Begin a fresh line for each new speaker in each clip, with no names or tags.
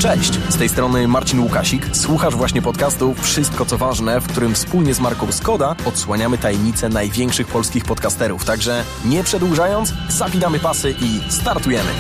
Cześć, z tej strony Marcin Łukasik. Słuchasz właśnie podcastu Wszystko co ważne, w którym wspólnie z Marką Skoda odsłaniamy tajemnice największych polskich podcasterów. Także nie przedłużając, zapinamy pasy i startujemy.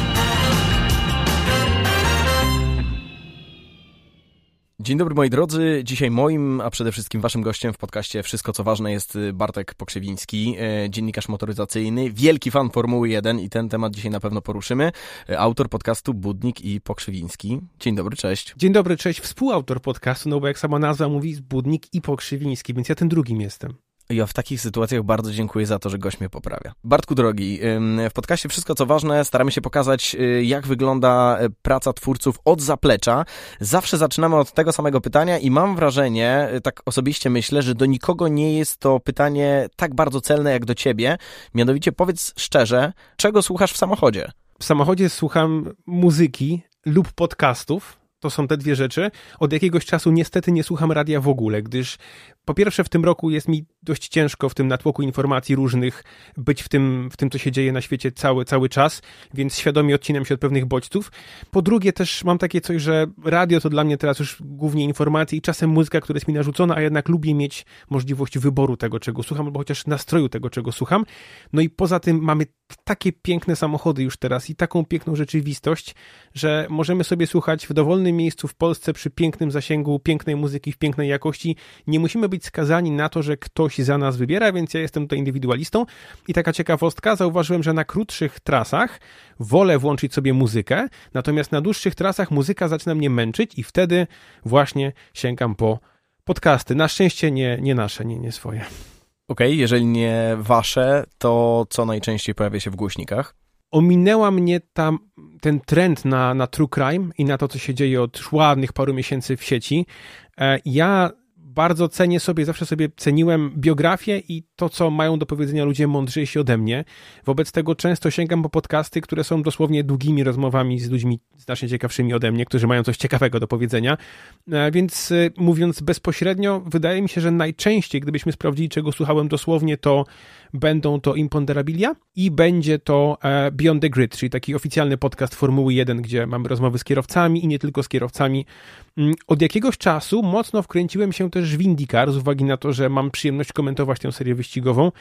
Dzień dobry moi drodzy, dzisiaj moim, a przede wszystkim waszym gościem w podcaście Wszystko co ważne jest Bartek Pokrzewiński, dziennikarz motoryzacyjny, wielki fan Formuły 1 i ten temat dzisiaj na pewno poruszymy, autor podcastu Budnik i Pokrzewiński. Dzień dobry, cześć.
Dzień dobry, cześć, współautor podcastu, no bo jak sama nazwa mówi, Budnik i Pokrzewiński, więc ja tym drugim jestem.
Ja w takich sytuacjach bardzo dziękuję za to, że gość mnie poprawia. Bartku drogi, w podcaście Wszystko co ważne staramy się pokazać, jak wygląda praca twórców od zaplecza. Zawsze zaczynamy od tego samego pytania i mam wrażenie, tak osobiście myślę, że do nikogo nie jest to pytanie tak bardzo celne jak do ciebie. Mianowicie powiedz szczerze, czego słuchasz w samochodzie?
W samochodzie słucham muzyki lub podcastów. To są te dwie rzeczy. Od jakiegoś czasu niestety nie słucham radia w ogóle, gdyż po pierwsze w tym roku jest mi dość ciężko w tym natłoku informacji różnych być w tym co się dzieje na świecie cały czas, więc świadomie odcinam się od pewnych bodźców. Po drugie też mam takie coś, że radio to dla mnie teraz już głównie informacje i czasem muzyka, która jest mi narzucona, a jednak lubię mieć możliwość wyboru tego, czego słucham, albo chociaż nastroju tego, czego słucham. No i poza tym mamy takie piękne samochody już teraz i taką piękną rzeczywistość, że możemy sobie słuchać w dowolnym miejscu w Polsce przy pięknym zasięgu, pięknej muzyki w pięknej jakości. Nie musimy być skazani na to, że ktoś za nas wybiera, więc ja jestem tutaj indywidualistą. I taka ciekawostka, zauważyłem, że na krótszych trasach wolę włączyć sobie muzykę, natomiast na dłuższych trasach muzyka zaczyna mnie męczyć i wtedy właśnie sięgam po podcasty. Na szczęście nie nasze, nie swoje.
Okej, jeżeli nie wasze, to co najczęściej pojawia się w głośnikach?
Ominęła mnie ten trend na true crime i na to, co się dzieje od ładnych paru miesięcy w sieci. Ja bardzo zawsze sobie ceniłem biografię i to, co mają do powiedzenia ludzie mądrzejsi ode mnie. Wobec tego często sięgam po podcasty, które są dosłownie długimi rozmowami z ludźmi znacznie ciekawszymi ode mnie, którzy mają coś ciekawego do powiedzenia. Więc mówiąc bezpośrednio, wydaje mi się, że najczęściej, gdybyśmy sprawdzili, czego słuchałem dosłownie, to będą to Imponderabilia i będzie to Beyond the Grid, czyli taki oficjalny podcast Formuły 1, gdzie mamy rozmowy z kierowcami i nie tylko z kierowcami. Od jakiegoś czasu mocno wkręciłem się też w IndyCar, z uwagi na to, że mam przyjemność komentować tę serię wyścigową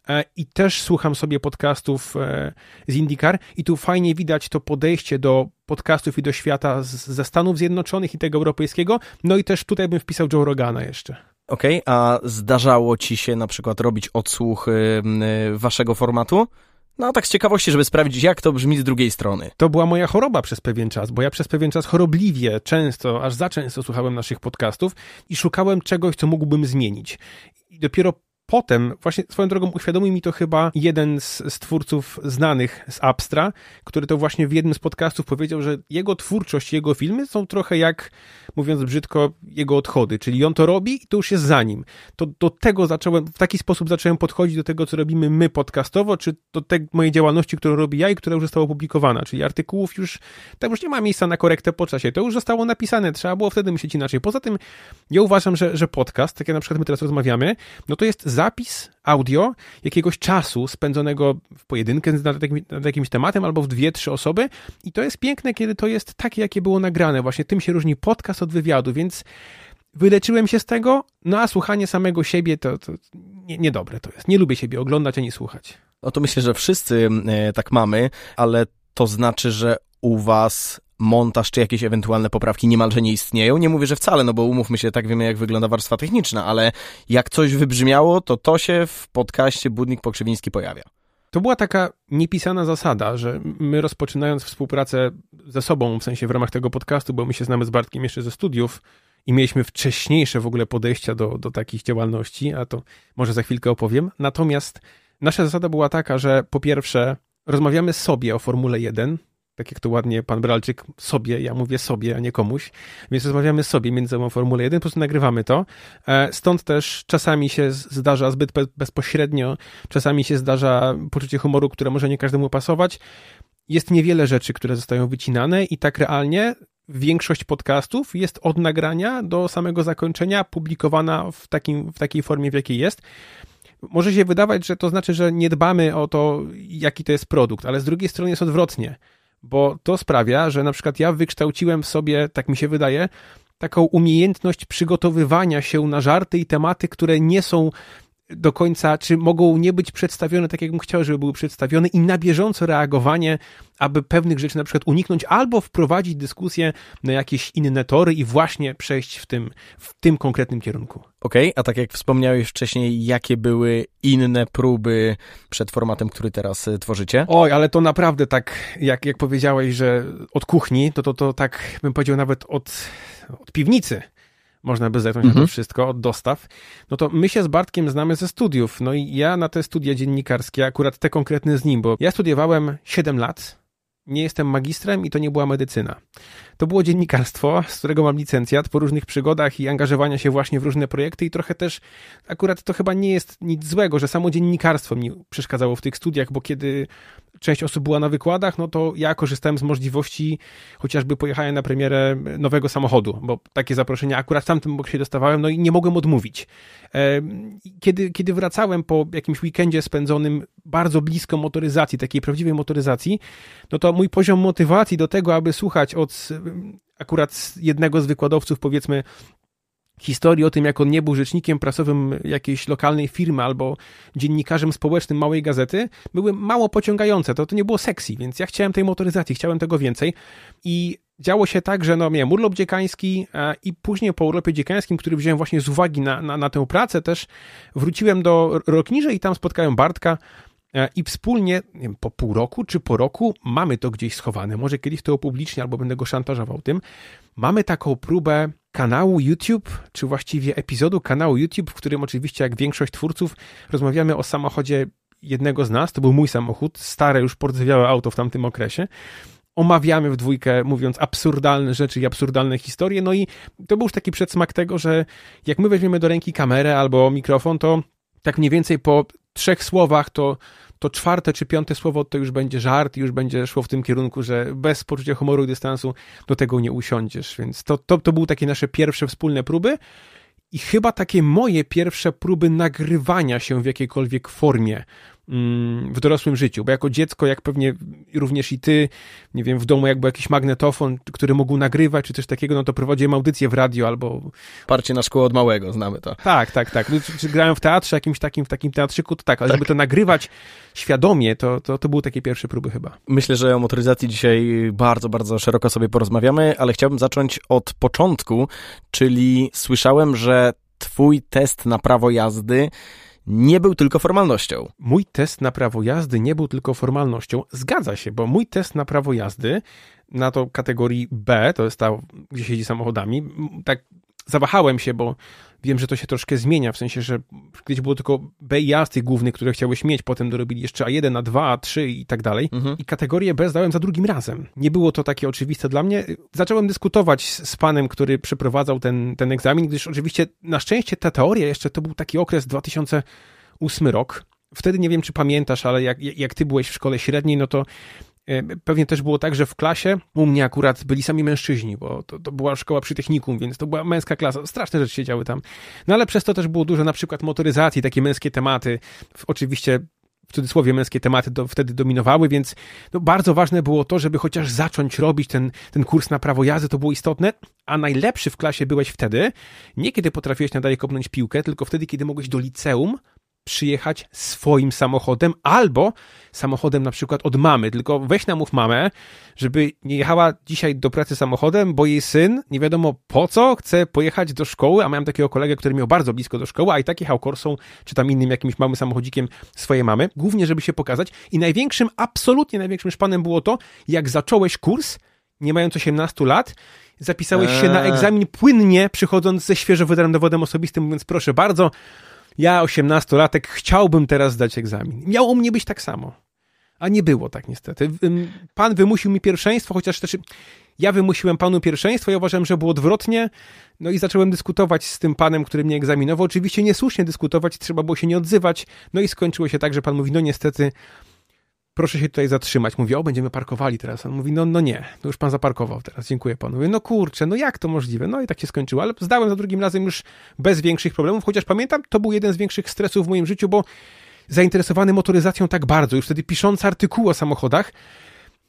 i też słucham sobie podcastów z IndyCar i tu fajnie widać to podejście do podcastów i do świata ze Stanów Zjednoczonych i tego europejskiego, no i też tutaj bym wpisał Joe Rogana jeszcze.
Okej, a zdarzało ci się na przykład robić odsłuch waszego formatu? No tak z ciekawości, żeby sprawdzić, jak to brzmi z drugiej strony.
To była moja choroba przez pewien czas, bo ja przez pewien czas chorobliwie, często, aż za często słuchałem naszych podcastów i szukałem czegoś, co mógłbym zmienić. I dopiero potem, właśnie swoją drogą uświadomił mi to chyba jeden z twórców znanych z Apstra, który to właśnie w jednym z podcastów powiedział, że jego twórczość, jego filmy są trochę jak, mówiąc brzydko, jego odchody, czyli on to robi i to już jest za nim. To do tego w taki sposób zacząłem podchodzić do tego, co robimy my podcastowo, czy do tej mojej działalności, którą robię ja i która już została opublikowana, czyli artykułów tam już nie ma miejsca na korektę po czasie, to już zostało napisane, trzeba było wtedy myśleć inaczej. Poza tym ja uważam, że podcast, tak jak na przykład my teraz rozmawiamy, no to jest zapis audio jakiegoś czasu spędzonego w pojedynkę nad jakimś tematem albo w 2-3 osoby i to jest piękne, kiedy to jest takie, jakie było nagrane. Właśnie tym się różni podcast od wywiadu, więc wyleczyłem się z tego, no a słuchanie samego siebie to niedobre to jest. Nie lubię siebie oglądać ani słuchać.
No to myślę, że wszyscy tak mamy, ale to znaczy, że u was montaż czy jakieś ewentualne poprawki niemalże nie istnieją. Nie mówię, że wcale, no bo umówmy się, tak wiemy, jak wygląda warstwa techniczna, ale jak coś wybrzmiało, to się w podcaście Budnik Pokrzewiński pojawia.
To była taka niepisana zasada, że my rozpoczynając współpracę ze sobą, w sensie w ramach tego podcastu, bo my się znamy z Bartkiem jeszcze ze studiów i mieliśmy wcześniejsze w ogóle podejścia do takich działalności, a to może za chwilkę opowiem. Natomiast nasza zasada była taka, że po pierwsze rozmawiamy sobie o Formule 1, tak jak to ładnie pan Bralczyk, sobie, ja mówię sobie, a nie komuś, więc rozmawiamy sobie między sobą o Formule 1, po prostu nagrywamy to. Stąd też czasami się zdarza zbyt bezpośrednio, czasami się zdarza poczucie humoru, które może nie każdemu pasować. Jest niewiele rzeczy, które zostają wycinane i tak realnie większość podcastów jest od nagrania do samego zakończenia publikowana w takiej formie, w jakiej jest. Może się wydawać, że to znaczy, że nie dbamy o to, jaki to jest produkt, ale z drugiej strony jest odwrotnie. bo to sprawia, że na przykład ja wykształciłem w sobie, tak mi się wydaje, taką umiejętność przygotowywania się na żarty i tematy, które nie są do końca, czy mogą nie być przedstawione tak, jakbym chciał, żeby były przedstawione i na bieżąco reagowanie, aby pewnych rzeczy na przykład uniknąć albo wprowadzić dyskusję na jakieś inne tory i właśnie przejść w tym konkretnym kierunku.
Okej, a tak jak wspomniałeś wcześniej, jakie były inne próby przed formatem, który teraz tworzycie?
Oj, ale to naprawdę tak, jak powiedziałeś, że od kuchni, to tak bym powiedział nawet od piwnicy. Można by zerknąć na to wszystko, od dostaw. No to my się z Bartkiem znamy ze studiów. No i ja na te studia dziennikarskie, akurat te konkretne z nim, bo ja studiowałem 7 lat, nie jestem magistrem i to nie była medycyna. To było dziennikarstwo, z którego mam licencjat po różnych przygodach i angażowania się właśnie w różne projekty i trochę też, akurat to chyba nie jest nic złego, że samo dziennikarstwo mi przeszkadzało w tych studiach, bo kiedy część osób była na wykładach, no to ja korzystałem z możliwości, chociażby pojechałem na premierę nowego samochodu, bo takie zaproszenia akurat w tamtym okresie dostawałem, no i nie mogłem odmówić. Kiedy wracałem po jakimś weekendzie spędzonym bardzo blisko motoryzacji, takiej prawdziwej motoryzacji, no to mój poziom motywacji do tego, aby słuchać od akurat jednego z wykładowców, powiedzmy, historii o tym, jak on nie był rzecznikiem prasowym jakiejś lokalnej firmy albo dziennikarzem społecznym małej gazety, były mało pociągające. To nie było sexy, więc ja chciałem tej motoryzacji, chciałem tego więcej. I działo się tak, że miałem urlop dziekański i później po urlopie dziekańskim, który wziąłem właśnie z uwagi na tę pracę, też wróciłem do Rokniży i tam spotkałem Bartka i wspólnie, nie wiem, po pół roku czy po roku, mamy to gdzieś schowane, może kiedyś to upublicznię albo będę go szantażował tym, mamy taką próbę kanału YouTube, czy właściwie epizodu kanału YouTube, w którym oczywiście jak większość twórców rozmawiamy o samochodzie jednego z nas, to był mój samochód, stare już pordzewiałe auto w tamtym okresie, omawiamy w dwójkę, mówiąc absurdalne rzeczy i absurdalne historie, no i to był już taki przedsmak tego, że jak my weźmiemy do ręki kamerę albo mikrofon, to tak mniej więcej po 3 słowach to 4. czy 5. słowo to już będzie żart i już będzie szło w tym kierunku, że bez poczucia humoru i dystansu do tego nie usiądziesz, więc to były takie nasze pierwsze wspólne próby i chyba takie moje pierwsze próby nagrywania się w jakiejkolwiek formie w dorosłym życiu, bo jako dziecko, jak pewnie również i ty, nie wiem, w domu jakby jakiś magnetofon, który mógł nagrywać, czy coś takiego, no to prowadziłem audycję w radio albo...
Parcie na szkołę od małego, znamy to.
Tak. Czy grałem w teatrze, jakimś takim, w takim teatrzyku, to tak, ale żeby to nagrywać świadomie, to były takie pierwsze próby chyba.
Myślę, że o motoryzacji dzisiaj bardzo, bardzo szeroko sobie porozmawiamy, ale chciałbym zacząć od początku, czyli słyszałem, że twój test na prawo jazdy nie był tylko formalnością.
Mój test na prawo jazdy nie był tylko formalnością. Zgadza się, bo mój test na prawo jazdy na to kategorii B, to jest ta, gdzie siedzi samochodami, tak zawahałem się, bo wiem, że to się troszkę zmienia, w sensie, że kiedyś było tylko B i jazdy głównych, które chciałeś mieć, potem dorobili jeszcze A1, A2, A3 i tak dalej. I kategorię B zdałem za drugim razem. Nie było to takie oczywiste dla mnie. Zacząłem dyskutować z panem, który przeprowadzał ten egzamin, gdyż oczywiście na szczęście ta teoria jeszcze to był taki okres 2008 rok. Wtedy nie wiem, czy pamiętasz, ale jak ty byłeś w szkole średniej, no to pewnie też było tak, że w klasie u mnie akurat byli sami mężczyźni, bo to była szkoła przy technikum, więc to była męska klasa. Straszne rzeczy się działy tam. No ale przez to też było dużo na przykład motoryzacji, takie męskie tematy. Oczywiście w cudzysłowie męskie tematy wtedy dominowały, więc bardzo ważne było to, żeby chociaż zacząć robić ten kurs na prawo jazdy, to było istotne, a najlepszy w klasie byłeś wtedy, nie kiedy potrafiłeś na dalej kopnąć piłkę, tylko wtedy, kiedy mogłeś do liceum przyjechać swoim samochodem albo samochodem na przykład od mamy, tylko weź namów mamę, żeby nie jechała dzisiaj do pracy samochodem, bo jej syn nie wiadomo po co chce pojechać do szkoły, a miałem takiego kolegę, który miał bardzo blisko do szkoły, a i tak jechał Corsą, czy tam innym jakimś małym samochodzikiem swojej mamy, głównie żeby się pokazać i absolutnie największym szpanem było to, jak zacząłeś kurs, nie mając 18 lat, zapisałeś się na egzamin płynnie, przychodząc ze świeżo wydanym dowodem osobistym, mówiąc proszę bardzo, ja 18-latek chciałbym teraz zdać egzamin. Miało u mnie być tak samo. A nie było tak niestety. Pan wymusił mi pierwszeństwo, chociaż też ja wymusiłem panu pierwszeństwo, ja uważałem, że było odwrotnie. No i zacząłem dyskutować z tym panem, który mnie egzaminował. Oczywiście niesłusznie dyskutować, trzeba było się nie odzywać. No i skończyło się tak, że pan mówi, no niestety, proszę się tutaj zatrzymać. Mówię, będziemy parkowali teraz. On mówi, no nie, to już pan zaparkował teraz, dziękuję panu. Mówię, no kurczę, no jak to możliwe? No i tak się skończyło, ale zdałem za drugim razem już bez większych problemów, chociaż pamiętam, to był jeden z większych stresów w moim życiu, bo zainteresowany motoryzacją tak bardzo, już wtedy pisząc artykuły o samochodach,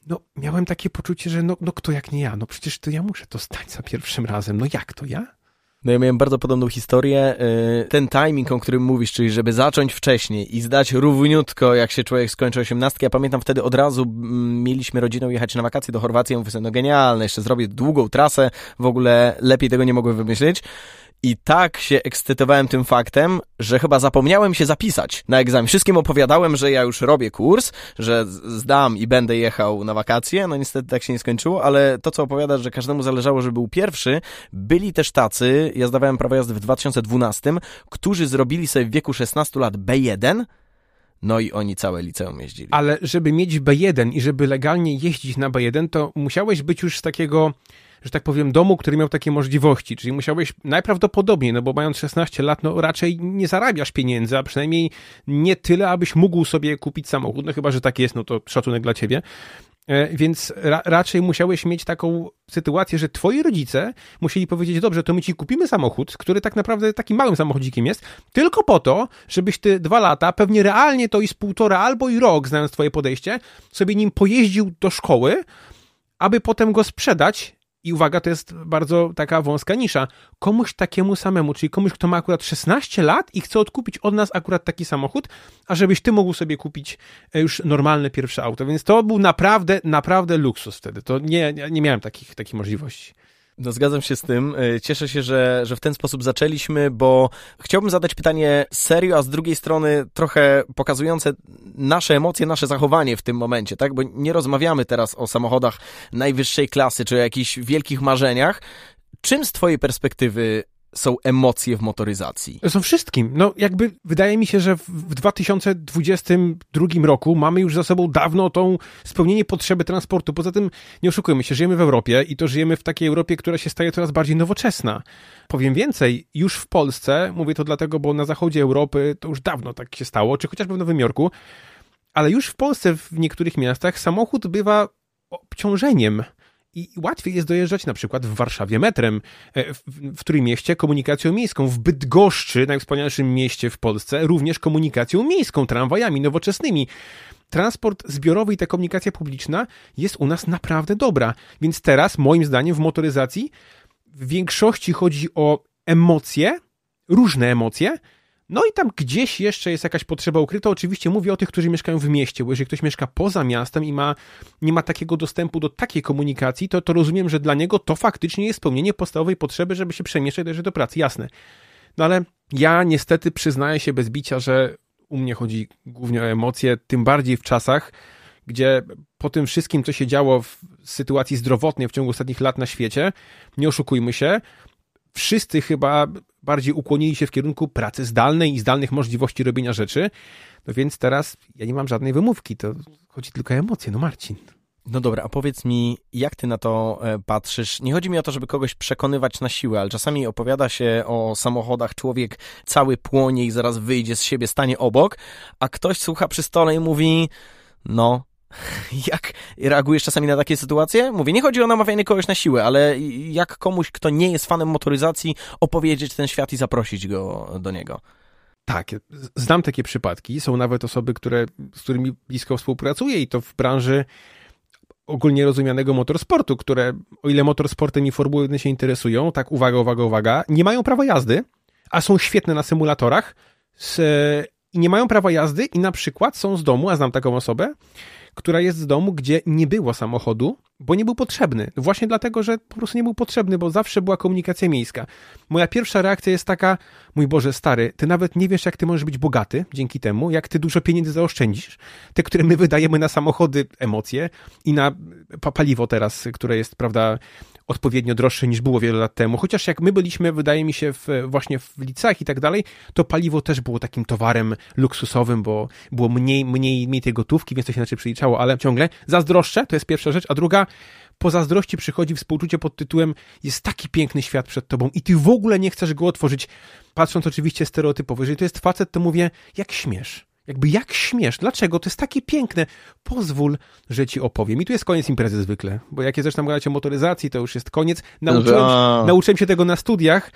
no miałem takie poczucie, że no kto jak nie ja, no przecież to ja muszę to stać za pierwszym razem, no jak to ja?
No ja miałem bardzo podobną historię. Ten timing, o którym mówisz, czyli żeby zacząć wcześniej i zdać równiutko, jak się człowiek skończy 18. Ja pamiętam wtedy od razu mieliśmy rodziną jechać na wakacje do Chorwacji. Ja mówię sobie, no genialne, jeszcze zrobię długą trasę, w ogóle lepiej tego nie mogłem wymyślić. I tak się ekscytowałem tym faktem, że chyba zapomniałem się zapisać na egzamin. Wszystkim opowiadałem, że ja już robię kurs, że zdam i będę jechał na wakacje. No niestety tak się nie skończyło, ale to, co opowiadasz, że każdemu zależało, żeby był pierwszy, byli też tacy, ja zdawałem prawo jazdy w 2012, którzy zrobili sobie w wieku 16 lat B1, no i oni całe liceum jeździli.
Ale żeby mieć B1 i żeby legalnie jeździć na B1, to musiałeś być już z takiego, że tak powiem, domu, który miał takie możliwości, czyli musiałeś najprawdopodobniej, no bo mając 16 lat, no raczej nie zarabiasz pieniędzy, a przynajmniej nie tyle, abyś mógł sobie kupić samochód, no chyba, że tak jest, no to szacunek dla ciebie. Więc raczej musiałeś mieć taką sytuację, że twoi rodzice musieli powiedzieć, dobrze, to my ci kupimy samochód, który tak naprawdę takim małym samochodzikiem jest, tylko po to, żebyś ty 2 lata, pewnie realnie to i z 1,5 albo i rok, znając twoje podejście, sobie nim pojeździł do szkoły, aby potem go sprzedać. I uwaga, to jest bardzo taka wąska nisza. Komuś takiemu samemu, czyli komuś, kto ma akurat 16 lat i chce odkupić od nas akurat taki samochód, a żebyś ty mógł sobie kupić już normalne pierwsze auto. Więc to był naprawdę, naprawdę luksus wtedy. To nie miałem takich możliwości.
No zgadzam się z tym. Cieszę się, że w ten sposób zaczęliśmy, bo chciałbym zadać pytanie serio, a z drugiej strony trochę pokazujące nasze emocje, nasze zachowanie w tym momencie, tak? Bo nie rozmawiamy teraz o samochodach najwyższej klasy, czy o jakichś wielkich marzeniach. Czym z twojej perspektywy są emocje w motoryzacji?
Są wszystkim. No jakby wydaje mi się, że w 2022 roku mamy już za sobą dawno tą spełnienie potrzeby transportu. Poza tym nie oszukujmy się, żyjemy w Europie i to żyjemy w takiej Europie, która się staje coraz bardziej nowoczesna. Powiem więcej, już w Polsce, mówię to dlatego, bo na zachodzie Europy to już dawno tak się stało, czy chociażby w Nowym Jorku, ale już w Polsce w niektórych miastach samochód bywa obciążeniem. I łatwiej jest dojeżdżać na przykład w Warszawie metrem, w Trójmieście komunikacją miejską, w Bydgoszczy, najwspanialszym mieście w Polsce, również komunikacją miejską, tramwajami nowoczesnymi. Transport zbiorowy i ta komunikacja publiczna jest u nas naprawdę dobra. Więc teraz, moim zdaniem, w motoryzacji w większości chodzi o emocje, różne emocje. No i tam gdzieś jeszcze jest jakaś potrzeba ukryta. Oczywiście mówię o tych, którzy mieszkają w mieście, bo jeżeli ktoś mieszka poza miastem i nie ma takiego dostępu do takiej komunikacji, to rozumiem, że dla niego to faktycznie jest spełnienie podstawowej potrzeby, żeby się przemieszczać do pracy, jasne. No ale ja niestety przyznaję się bez bicia, że u mnie chodzi głównie o emocje, tym bardziej w czasach, gdzie po tym wszystkim, co się działo w sytuacji zdrowotnej w ciągu ostatnich lat na świecie, nie oszukujmy się, wszyscy chyba bardziej ukłonili się w kierunku pracy zdalnej i zdalnych możliwości robienia rzeczy. No więc teraz ja nie mam żadnej wymówki, to chodzi tylko o emocje, no Marcin.
No dobra, a powiedz mi, jak ty na to patrzysz? Nie chodzi mi o to, żeby kogoś przekonywać na siłę, ale czasami opowiada się o samochodach, człowiek cały płonie i zaraz wyjdzie z siebie, stanie obok, a ktoś słucha przy stole i mówi, no... Jak reagujesz czasami na takie sytuacje? Mówię, nie chodzi o namawianie kogoś na siłę, ale jak komuś, kto nie jest fanem motoryzacji, opowiedzieć ten świat i zaprosić go do niego?
Tak, znam takie przypadki. Są nawet osoby, z którymi blisko współpracuję i to w branży ogólnie rozumianego motorsportu, które, o ile motorsportem i Formuły 1 się interesują, tak uwaga, nie mają prawa jazdy, a są świetne na symulatorach i nie mają prawa jazdy i na przykład są z domu, a znam taką osobę, która jest z domu, gdzie nie było samochodu, bo nie był potrzebny. Właśnie dlatego, że po prostu nie był potrzebny, bo zawsze była komunikacja miejska. Moja pierwsza reakcja jest taka, mój Boże, stary, ty nawet nie wiesz, jak ty możesz być bogaty dzięki temu, jak ty dużo pieniędzy zaoszczędzisz. Te, które my wydajemy na samochody, emocje i na paliwo teraz, które jest, prawda, odpowiednio droższe niż było wiele lat temu. Chociaż jak my byliśmy, wydaje mi się, właśnie w liceach i tak dalej, to paliwo też było takim towarem luksusowym, bo było mniej tej gotówki, więc to się inaczej przeliczało, ale ciągle zazdroszczę, to jest pierwsza rzecz, a druga, po zazdrości przychodzi współczucie pod tytułem jest taki piękny świat przed tobą i ty w ogóle nie chcesz go otworzyć, patrząc oczywiście stereotypowo. Jeżeli to jest facet, to mówię, jak śmiesz. Jak śmiesz? Dlaczego? To jest takie piękne. Pozwól, że ci opowiem. I tu jest koniec imprezy zwykle, bo jak ja zaczynam gadać o motoryzacji, to już jest koniec. Nauczyłem się tego na studiach,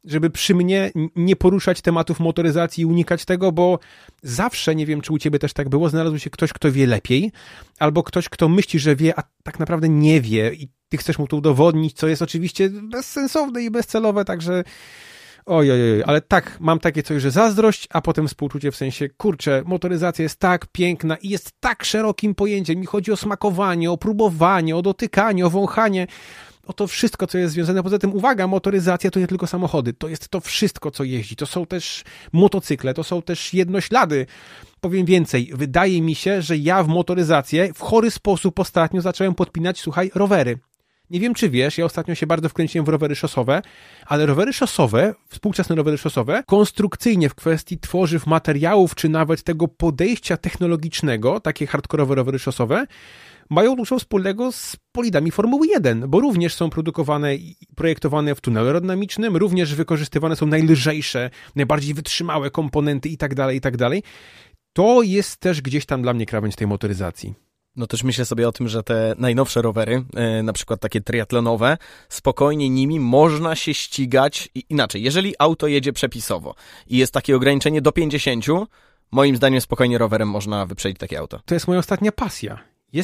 żeby przy mnie nie poruszać tematów motoryzacji i unikać tego, bo zawsze, nie wiem, czy u ciebie też tak było, znalazł się ktoś, kto wie lepiej, albo ktoś, kto myśli, że wie, a tak naprawdę nie wie i ty chcesz mu to udowodnić, co jest oczywiście bezsensowne i bezcelowe, także ojej, ale tak, mam takie coś, że zazdrość, a potem współczucie w sensie, kurczę, motoryzacja jest tak piękna i jest tak szerokim pojęciem, mi chodzi o smakowanie, o próbowanie, o dotykanie, o wąchanie, o to wszystko, co jest związane. Poza tym, uwaga, motoryzacja to nie tylko samochody, to jest to wszystko, co jeździ. To są też motocykle, to są też jednoślady. Powiem więcej, wydaje mi się, że ja w motoryzację w chory sposób ostatnio zacząłem podpinać, słuchaj, rowery. Nie wiem, czy wiesz, ja ostatnio się bardzo wkręciłem w rowery szosowe, ale rowery szosowe, współczesne rowery szosowe, konstrukcyjnie w kwestii tworzyw, materiałów, czy nawet tego podejścia technologicznego, takie hardkorowe rowery szosowe, mają dużo wspólnego z bolidami Formuły 1, bo również są produkowane i projektowane w tunelu aerodynamicznym, również wykorzystywane są najlżejsze, najbardziej wytrzymałe komponenty itd., itd. To jest też gdzieś tam dla mnie krawędź tej motoryzacji.
No też myślę sobie o tym, że te najnowsze rowery, na przykład takie triatlonowe, spokojnie nimi można się ścigać inaczej. Jeżeli auto jedzie przepisowo i jest takie ograniczenie do 50, moim zdaniem spokojnie rowerem można wyprzedzić takie auto.
To jest moja ostatnia pasja.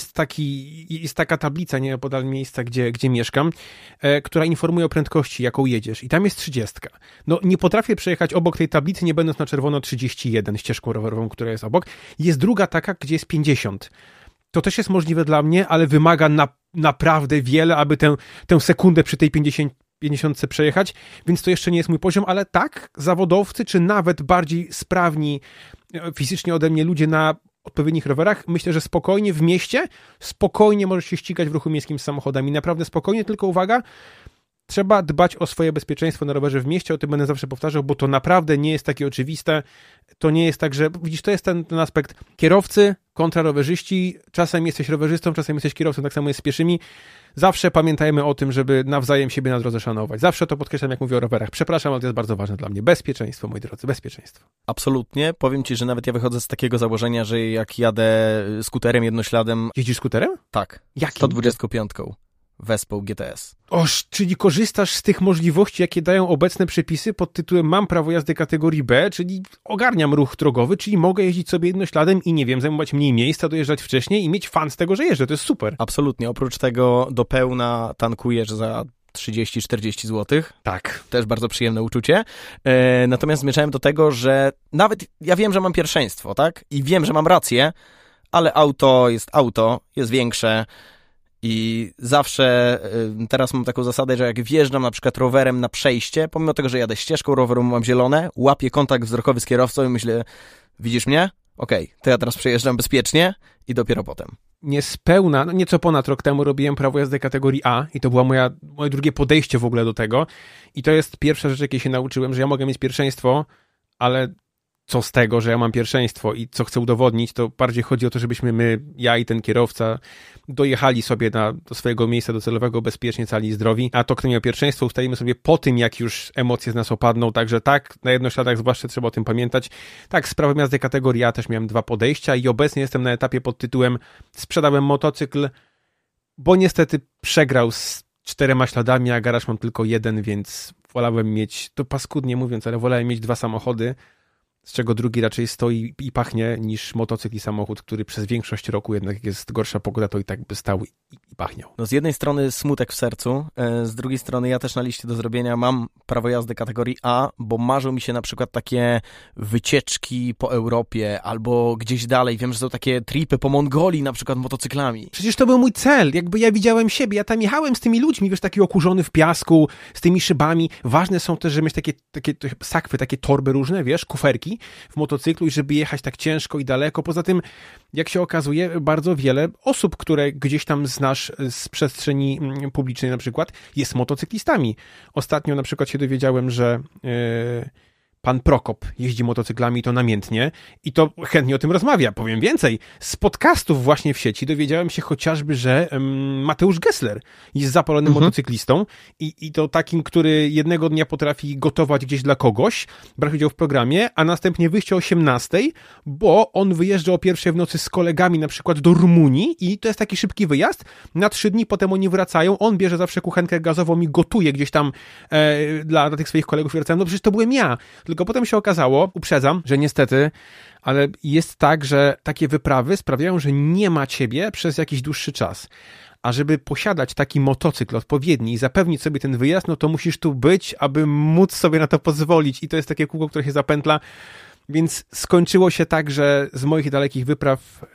Jest taka tablica nieopodal miejsca, gdzie mieszkam, która informuje o prędkości, jaką jedziesz. I tam jest 30. No nie potrafię przejechać obok tej tablicy, nie będąc na czerwono 31 ścieżką rowerową, która jest obok. Jest druga taka, gdzie jest 50. To też jest możliwe dla mnie, ale wymaga naprawdę wiele, aby tę sekundę przy tej 50 przejechać, więc to jeszcze nie jest mój poziom, ale tak, zawodowcy, czy nawet bardziej sprawni fizycznie ode mnie ludzie na odpowiednich rowerach, myślę, że spokojnie w mieście, spokojnie możesz się ścigać w ruchu miejskim z samochodami. Naprawdę spokojnie, tylko uwaga, trzeba dbać o swoje bezpieczeństwo na rowerze w mieście, o tym będę zawsze powtarzał, bo to naprawdę nie jest takie oczywiste. To nie jest tak, że widzisz, to jest ten aspekt kierowcy kontra rowerzyści. Czasem jesteś rowerzystą, czasem jesteś kierowcą, tak samo jest z pieszymi. Zawsze pamiętajmy o tym, żeby nawzajem siebie na drodze szanować. Zawsze to podkreślam, jak mówię o rowerach. Przepraszam, ale to jest bardzo ważne dla mnie. Bezpieczeństwo, moi drodzy, bezpieczeństwo.
Absolutnie. Powiem ci, że nawet ja wychodzę z takiego założenia, że jak jadę skuterem jednośladem...
Jeździsz skuterem?
Tak.
Jakim?
125. Wespą GTS.
Oż, czyli korzystasz z tych możliwości, jakie dają obecne przepisy pod tytułem mam prawo jazdy kategorii B, czyli ogarniam ruch drogowy, czyli mogę jeździć sobie jednośladem i nie wiem, zajmować mniej miejsca, dojeżdżać wcześniej i mieć fan z tego, że jeżdżę. To jest super.
Absolutnie. Oprócz tego do pełna tankujesz za 30-40 zł.
Tak.
Też bardzo przyjemne uczucie. Natomiast zmierzałem do tego, że nawet ja wiem, że mam pierwszeństwo, tak? I wiem, że mam rację, ale auto, jest większe. I zawsze teraz mam taką zasadę, że jak wjeżdżam na przykład rowerem na przejście, pomimo tego, że jadę ścieżką rowerową, mam zielone, łapię kontakt wzrokowy z kierowcą i myślę, widzisz mnie? Okej, to ja teraz przejeżdżam bezpiecznie i dopiero potem.
Niespełna, nieco ponad rok temu robiłem prawo jazdy kategorii A i to było moje drugie podejście w ogóle do tego. I to jest pierwsza rzecz, jakiej się nauczyłem, że ja mogę mieć pierwszeństwo, ale co z tego, że ja mam pierwszeństwo i co chcę udowodnić, to bardziej chodzi o to, żebyśmy ja i ten kierowca dojechali sobie do swojego miejsca docelowego bezpiecznie, cali i zdrowi, a to, kto miał pierwszeństwo, ustalimy sobie po tym, jak już emocje z nas opadną, także tak, na jednośladach zwłaszcza trzeba o tym pamiętać. Tak, z prawem jazdy kategorii A też miałem 2 podejścia i obecnie jestem na etapie pod tytułem sprzedałem motocykl, bo niestety przegrał z 4 śladami, a garaż mam tylko 1, więc wolałem mieć, to paskudnie mówiąc, ale wolałem mieć 2 samochody, z czego drugi raczej stoi i pachnie niż motocykl i samochód, który przez większość roku jednak jak jest gorsza pogoda, to i tak by stał i pachniał.
No z jednej strony smutek w sercu, z drugiej strony ja też na liście do zrobienia mam prawo jazdy kategorii A, bo marzą mi się na przykład takie wycieczki po Europie albo gdzieś dalej. Wiem, że są takie tripy po Mongolii na przykład motocyklami.
Przecież to był mój cel, jakby ja widziałem siebie, ja tam jechałem z tymi ludźmi, wiesz, taki okurzony w piasku, z tymi szybami. Ważne są też, żeby mieć takie sakwy, takie torby różne, wiesz, kuferki w motocyklu i żeby jechać tak ciężko i daleko. Poza tym, jak się okazuje, bardzo wiele osób, które gdzieś tam znasz z przestrzeni publicznej na przykład, jest motocyklistami. Ostatnio na przykład się dowiedziałem, że pan Prokop jeździ motocyklami to namiętnie i to chętnie o tym rozmawia. Powiem więcej, z podcastów właśnie w sieci dowiedziałem się chociażby, że Mateusz Gessler jest zapalonym motocyklistą i to takim, który jednego dnia potrafi gotować gdzieś dla kogoś, brać udział w programie, a następnie wyjść o 18:00, bo on wyjeżdża o 1:00 w nocy z kolegami na przykład do Rumunii i to jest taki szybki wyjazd. Na 3 dni potem oni wracają, on bierze zawsze kuchenkę gazową i gotuje gdzieś tam dla tych swoich kolegów i wracają. No przecież to byłem ja. Tylko potem się okazało, uprzedzam, że niestety, ale jest tak, że takie wyprawy sprawiają, że nie ma ciebie przez jakiś dłuższy czas. A żeby posiadać taki motocykl odpowiedni i zapewnić sobie ten wyjazd, no to musisz tu być, aby móc sobie na to pozwolić. I to jest takie kółko, które się zapętla. Więc skończyło się tak, że z moich dalekich wypraw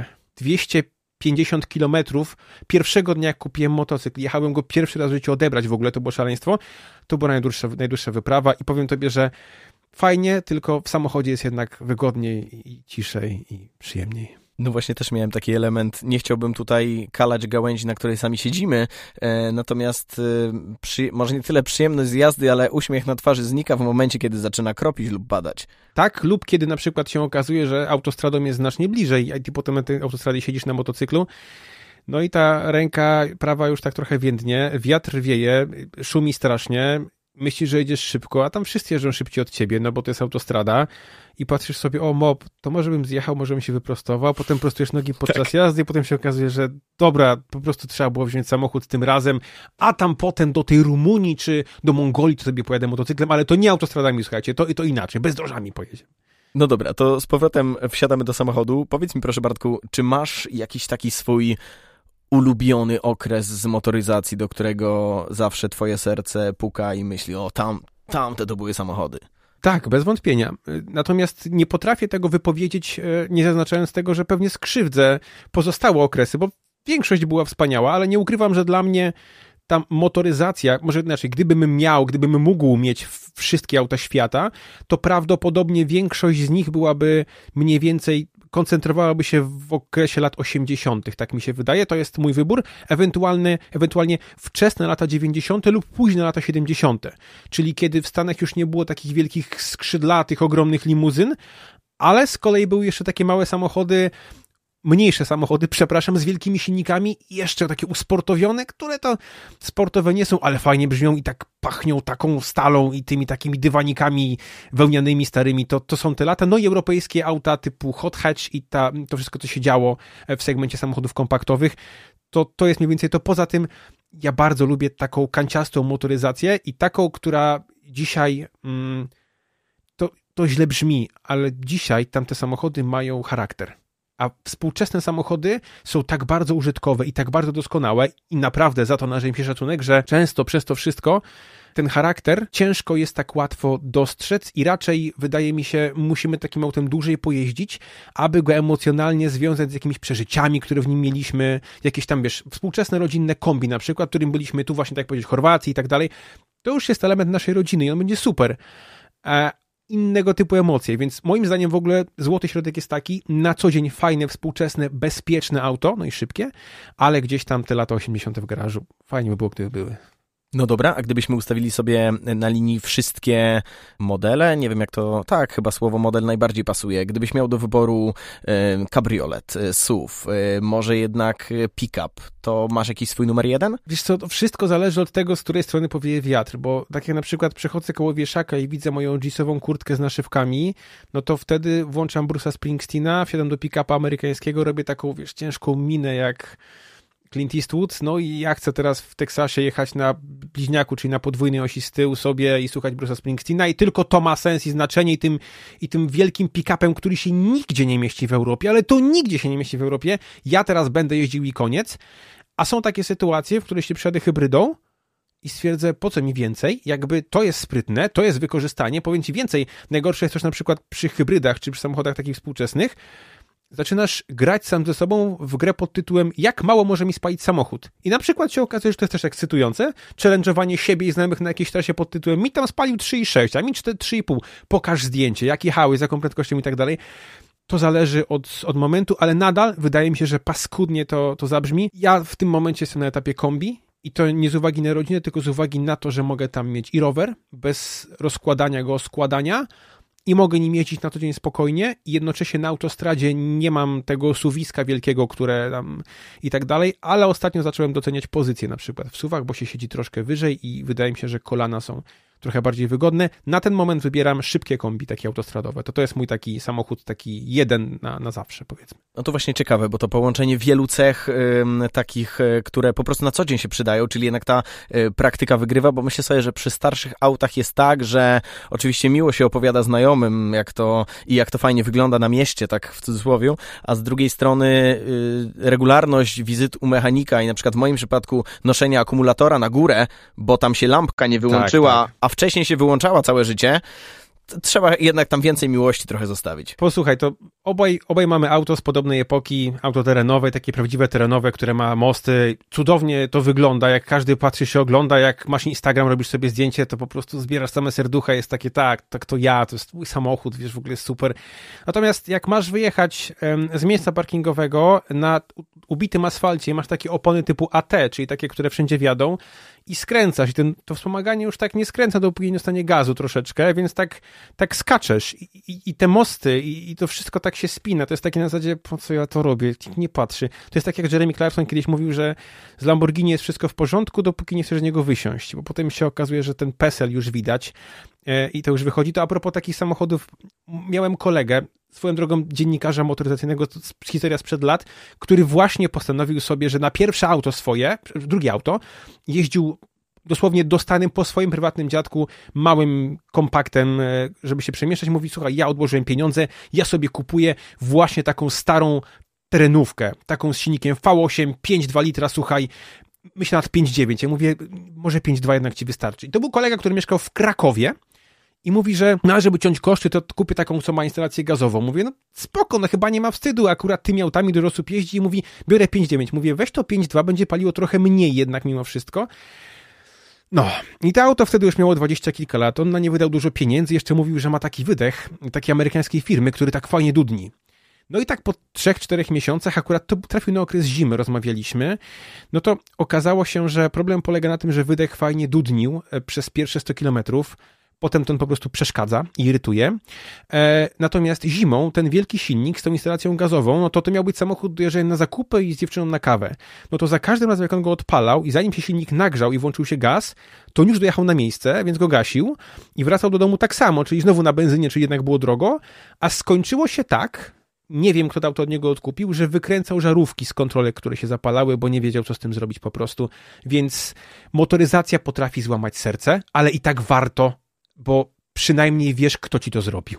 250 kilometrów pierwszego dnia, jak kupiłem motocykl, jechałem go pierwszy raz w życiu odebrać w ogóle, to było szaleństwo. To była najdłuższa wyprawa i powiem tobie, że fajnie, tylko w samochodzie jest jednak wygodniej i ciszej i przyjemniej.
No właśnie też miałem taki element, nie chciałbym tutaj kalać gałęzi, na której sami siedzimy, natomiast może nie tyle przyjemność z jazdy, ale uśmiech na twarzy znika w momencie, kiedy zaczyna kropić lub padać.
Tak, lub kiedy na przykład się okazuje, że autostradą jest znacznie bliżej, a ty potem na tej autostradzie siedzisz na motocyklu, no i ta ręka prawa już tak trochę więdnie, wiatr wieje, szumi strasznie, myślisz, że jedziesz szybko, a tam wszyscy jeżdżą szybciej od ciebie, no bo to jest autostrada i patrzysz sobie, o mop, to może bym zjechał, może bym się wyprostował, potem prostujesz nogi podczas jazdy i potem się okazuje, że dobra, po prostu trzeba było wziąć samochód tym razem, a tam potem do tej Rumunii czy do Mongolii to sobie pojadę motocyklem, ale to nie autostradami, słuchajcie, to inaczej, bezdrożami pojedziemy.
No dobra, to z powrotem wsiadamy do samochodu. Powiedz mi proszę, Bartku, czy masz jakiś taki swój ulubiony okres z motoryzacji, do którego zawsze twoje serce puka i myśli, o tamte to były samochody?
Tak, bez wątpienia. Natomiast nie potrafię tego wypowiedzieć, nie zaznaczając tego, że pewnie skrzywdzę pozostałe okresy, bo większość była wspaniała, ale nie ukrywam, że dla mnie ta motoryzacja, może inaczej, gdybym mógł mieć wszystkie auta świata, to prawdopodobnie większość z nich byłaby mniej więcej, koncentrowałaby się w okresie lat 80., tak mi się wydaje, to jest mój wybór, ewentualnie wczesne lata 90. lub późne lata 70., czyli kiedy w Stanach już nie było takich wielkich skrzydlatych, ogromnych limuzyn, ale z kolei były jeszcze takie małe samochody, mniejsze samochody, z wielkimi silnikami, jeszcze takie usportowione, które to sportowe nie są, ale fajnie brzmią i tak pachnią taką stalą i tymi takimi dywanikami wełnianymi starymi, to są te lata. No i europejskie auta typu hot hatch i to wszystko, co się działo w segmencie samochodów kompaktowych, to jest mniej więcej to. Poza tym ja bardzo lubię taką kanciastą motoryzację i taką, która dzisiaj to źle brzmi, ale dzisiaj tamte samochody mają charakter. A współczesne samochody są tak bardzo użytkowe i tak bardzo doskonałe i naprawdę za to należy im się szacunek, że często przez to wszystko ten charakter ciężko jest tak łatwo dostrzec i raczej, wydaje mi się, musimy takim autem dłużej pojeździć, aby go emocjonalnie związać z jakimiś przeżyciami, które w nim mieliśmy, jakieś tam, współczesne rodzinne kombi na przykład, którym byliśmy tu właśnie, tak jak powiedzieć, Chorwacji i tak dalej. To już jest element naszej rodziny i on będzie super. Innego typu emocje, więc moim zdaniem w ogóle złoty środek jest taki, na co dzień fajne, współczesne, bezpieczne auto, no i szybkie, ale gdzieś tam te lata 80. w garażu. Fajnie by było, gdyby były.
No dobra, a gdybyśmy ustawili sobie na linii wszystkie modele, nie wiem jak to, tak, chyba słowo model najbardziej pasuje, gdybyś miał do wyboru kabriolet, SUV, może jednak pick-up, to masz jakiś swój numer 1?
Wiesz co, to wszystko zależy od tego, z której strony powieje wiatr, bo tak jak na przykład przechodzę koło wieszaka i widzę moją jeansową kurtkę z naszywkami, no to wtedy włączam Bruce'a Springsteena, wsiadam do pick-upa amerykańskiego, robię taką, ciężką minę jak Clint Eastwood, no i ja chcę teraz w Teksasie jechać na bliźniaku, czyli na podwójnej osi z tyłu sobie i słuchać Bruce'a Springsteena i tylko to ma sens i znaczenie i tym wielkim pick-upem, który się nigdzie nie mieści w Europie, ale to nigdzie się nie mieści w Europie, ja teraz będę jeździł i koniec, a są takie sytuacje, w których się przejadę hybrydą i stwierdzę, po co mi więcej, jakby to jest sprytne, to jest wykorzystanie, powiem ci więcej, najgorsze jest też na przykład przy hybrydach, czy przy samochodach takich współczesnych, zaczynasz grać sam ze sobą w grę pod tytułem jak mało może mi spalić samochód. I na przykład się okazuje, że to jest też ekscytujące, challenge'owanie siebie i znajomych na jakiejś trasie pod tytułem mi tam spalił 3,6, a mi 3,5. Pokaż zdjęcie, jak jechałeś, z jaką prędkością i tak dalej. To zależy od momentu, ale nadal wydaje mi się, że paskudnie to zabrzmi. Ja w tym momencie jestem na etapie kombi I to nie z uwagi na rodzinę, tylko z uwagi na to, że mogę tam mieć i rower bez rozkładania go, składania i mogę nim jeździć na co dzień spokojnie i jednocześnie na autostradzie nie mam tego suwiska wielkiego, które tam i tak dalej, ale ostatnio zacząłem doceniać pozycję na przykład w suwach, bo się siedzi troszkę wyżej i wydaje mi się, że kolana są trochę bardziej wygodne. Na ten moment wybieram szybkie kombi, takie autostradowe. To jest mój taki samochód, taki jeden na zawsze, powiedzmy.
No to właśnie ciekawe, bo to połączenie wielu cech takich, które po prostu na co dzień się przydają, czyli jednak ta praktyka wygrywa, bo myślę sobie, że przy starszych autach jest tak, że oczywiście miło się opowiada znajomym, jak to fajnie wygląda na mieście, tak w cudzysłowie, a z drugiej strony regularność wizyt u mechanika i na przykład w moim przypadku noszenia akumulatora na górę, bo tam się lampka nie wyłączyła,
tak.
A wcześniej się wyłączała całe życie, trzeba jednak tam więcej miłości trochę zostawić.
Posłuchaj, to obaj mamy auto z podobnej epoki, auto terenowe, takie prawdziwe terenowe, które ma mosty. Cudownie to wygląda, jak każdy patrzy się, ogląda, jak masz Instagram, robisz sobie zdjęcie, to po prostu zbierasz same serducha, jest takie tak to ja, to jest mój samochód, wiesz, w ogóle jest super. Natomiast jak masz wyjechać z miejsca parkingowego na ubitym asfalcie, masz takie opony typu AT, czyli takie, które wszędzie wjadą i skręcasz i to wspomaganie już tak nie skręca, dopóki nie dostanie gazu troszeczkę, więc tak skaczesz i te mosty i to wszystko tak się spina. To jest takie na zasadzie, po co ja to robię? Nikt nie patrzy. To jest tak, jak Jeremy Clarkson kiedyś mówił, że z Lamborghini jest wszystko w porządku, dopóki nie chcesz z niego wysiąść, bo potem się okazuje, że ten PESEL już widać i to już wychodzi. To a propos takich samochodów, miałem kolegę, swoją drogą dziennikarza motoryzacyjnego, historia sprzed lat, który właśnie postanowił sobie, że na pierwsze auto swoje, drugie auto, jeździł dosłownie dostanym po swoim prywatnym dziadku małym kompaktem, żeby się przemieszczać. Mówi, słuchaj, ja odłożyłem pieniądze, ja sobie kupuję właśnie taką starą terenówkę, taką z silnikiem V8, 5,2 litra, słuchaj, myślę nad 5,9. Ja mówię, może 5,2 jednak ci wystarczy. I to był kolega, który mieszkał w Krakowie i mówi, że żeby ciąć koszty, to kupię taką, co ma instalację gazową. Mówię, no spoko, no chyba nie ma wstydu, akurat tymi autami dużo osób jeździ i mówi, biorę 5,9. Mówię, weź to 5,2, będzie paliło trochę mniej jednak mimo wszystko. No, i to auto wtedy już miało 20 kilka lat, on na nie wydał dużo pieniędzy, jeszcze mówił, że ma taki wydech, takiej amerykańskiej firmy, który tak fajnie dudni. No i tak po 3-4 miesiącach, akurat to trafił na okres zimy, rozmawialiśmy, no to okazało się, że problem polega na tym, że wydech fajnie dudnił przez pierwsze 100 kilometrów, potem ten po prostu przeszkadza i irytuje. Natomiast zimą ten wielki silnik z tą instalacją gazową, no to miał być samochód do jeżdżenia na zakupy i z dziewczyną na kawę. No to za każdym razem, jak on go odpalał i zanim się silnik nagrzał i włączył się gaz, to on już dojechał na miejsce, więc go gasił i wracał do domu tak samo, czyli znowu na benzynie, czyli jednak było drogo, a skończyło się tak, nie wiem, kto to auto od niego odkupił, że wykręcał żarówki z kontrolek, które się zapalały, bo nie wiedział, co z tym zrobić po prostu. Więc motoryzacja potrafi złamać serce, ale i tak warto, bo przynajmniej wiesz, kto ci to zrobił.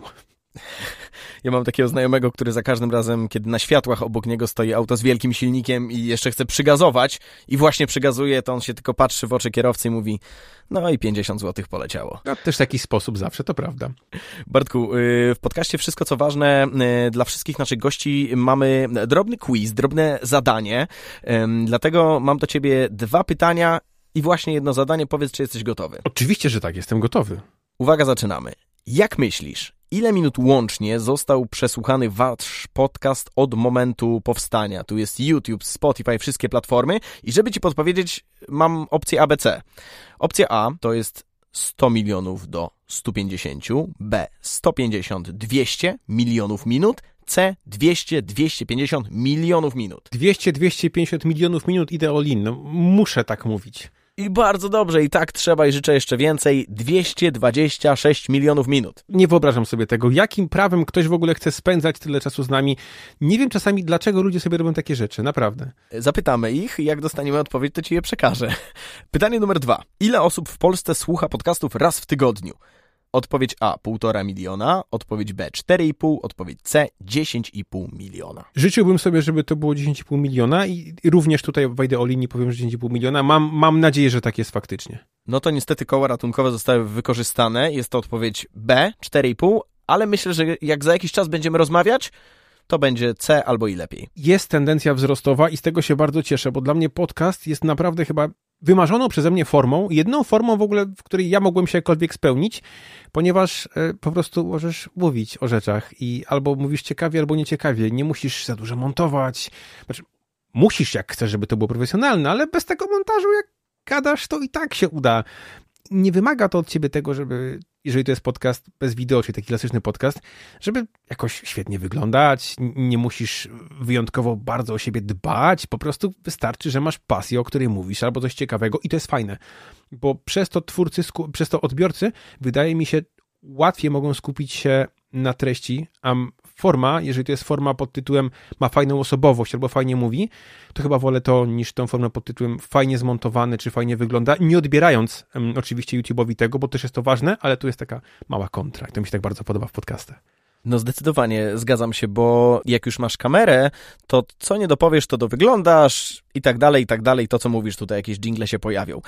Ja mam takiego znajomego, który za każdym razem, kiedy na światłach obok niego stoi auto z wielkim silnikiem i jeszcze chce przygazować i właśnie przygazuje, to on się tylko patrzy w oczy kierowcy i mówi, no i 50 zł poleciało.
No też taki sposób zawsze, to prawda.
Bartku, w podcaście Wszystko co ważne dla wszystkich naszych gości mamy drobny quiz, drobne zadanie, dlatego mam do ciebie 2 pytania i właśnie jedno zadanie. Powiedz, czy jesteś gotowy.
Oczywiście, że tak, jestem gotowy.
Uwaga, zaczynamy. Jak myślisz, ile minut łącznie został przesłuchany wasz podcast od momentu powstania? Tu jest YouTube, Spotify, wszystkie platformy i żeby ci podpowiedzieć, mam opcję ABC. Opcja A to jest 100 milionów do 150, B 150-200 milionów minut, C 200-250 milionów minut.
200-250 milionów minut idę all in. No, muszę tak mówić.
I bardzo dobrze, i tak trzeba i życzę jeszcze więcej. 226 milionów minut.
Nie wyobrażam sobie tego. Jakim prawem ktoś w ogóle chce spędzać tyle czasu z nami? Nie wiem czasami, dlaczego ludzie sobie robią takie rzeczy. Naprawdę.
Zapytamy ich, jak dostaniemy odpowiedź, to ci je przekażę. Pytanie numer 2. Ile osób w Polsce słucha podcastów raz w tygodniu? Odpowiedź A 1,5 miliona, odpowiedź B 4,5, odpowiedź C 10,5 miliona.
Życzyłbym sobie, żeby to było 10,5 miliona i również tutaj wejdę o linii, powiem, że 10,5 miliona. Mam nadzieję, że tak jest faktycznie.
No to niestety koła ratunkowe zostały wykorzystane. Jest to odpowiedź B 4,5, ale myślę, że jak za jakiś czas będziemy rozmawiać, to będzie C albo i lepiej.
Jest tendencja wzrostowa i z tego się bardzo cieszę, bo dla mnie podcast jest naprawdę chyba wymarzoną przeze mnie formą, jedną formą w ogóle, w której ja mogłem się jakkolwiek spełnić, ponieważ po prostu możesz mówić o rzeczach i albo mówisz ciekawie, albo nieciekawie. Nie musisz za dużo montować. Znaczy, musisz jak chcesz, żeby to było profesjonalne, ale bez tego montażu gadasz, to i tak się uda. Nie wymaga to od ciebie tego, żeby, jeżeli to jest podcast bez wideo, czyli taki klasyczny podcast, żeby jakoś świetnie wyglądać, nie musisz wyjątkowo bardzo o siebie dbać, po prostu wystarczy, że masz pasję, o której mówisz, albo coś ciekawego i to jest fajne, bo przez to odbiorcy, wydaje mi się, łatwiej mogą skupić się na treści, a forma, jeżeli to jest forma pod tytułem ma fajną osobowość albo fajnie mówi, to chyba wolę to niż tą formę pod tytułem fajnie zmontowany czy fajnie wygląda, nie odbierając oczywiście YouTube'owi tego, bo też jest to ważne, ale tu jest taka mała kontra i to mi się tak bardzo podoba w podcastach.
No zdecydowanie zgadzam się, bo jak już masz kamerę, to co nie dopowiesz, to dowyglądasz i tak dalej, to co mówisz, tutaj jakieś dżingle się pojawią.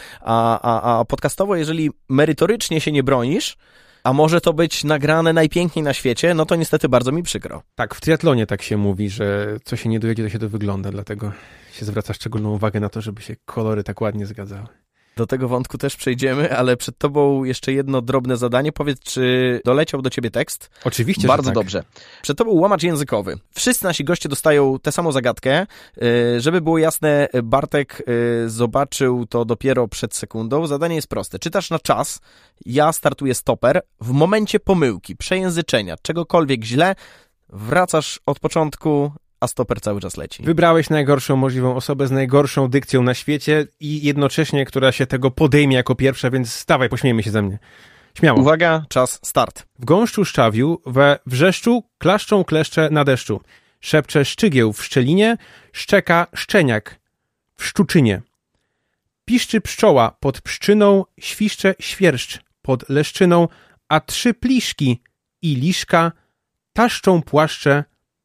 A podcastowo, jeżeli merytorycznie się nie bronisz, a może to być nagrane najpiękniej na świecie, no to niestety bardzo mi przykro.
Tak, w triatlonie tak się mówi, że co się nie dojedzie, to się to wygląda, dlatego się zwraca szczególną uwagę na to, żeby się kolory tak ładnie zgadzały.
Do tego wątku też przejdziemy, ale przed tobą jeszcze jedno drobne zadanie. Powiedz, czy doleciał do ciebie tekst?
Oczywiście,
bardzo
że tak.
Dobrze. Przed tobą łamacz językowy. Wszyscy nasi goście dostają tę samą zagadkę. Żeby było jasne, Bartek zobaczył to dopiero przed sekundą. Zadanie jest proste. Czytasz na czas, ja startuję stoper. W momencie pomyłki, przejęzyczenia, czegokolwiek źle, wracasz od początku, a stoper cały czas leci.
Wybrałeś najgorszą możliwą osobę z najgorszą dykcją na świecie i jednocześnie, która się tego podejmie jako pierwsza, więc dawaj, pośmiejmy się ze mnie. Śmiało.
Uwaga, czas, start.
W gąszczu szczawiu, we wrzeszczu, klaszczą kleszcze na deszczu. Szepcze szczygieł w szczelinie, szczeka szczeniak w szczuczynie. Piszczy pszczoła pod pszczyną, świszcze świerszcz pod leszczyną, a 3 pliszki i liszka taszczą płaszcze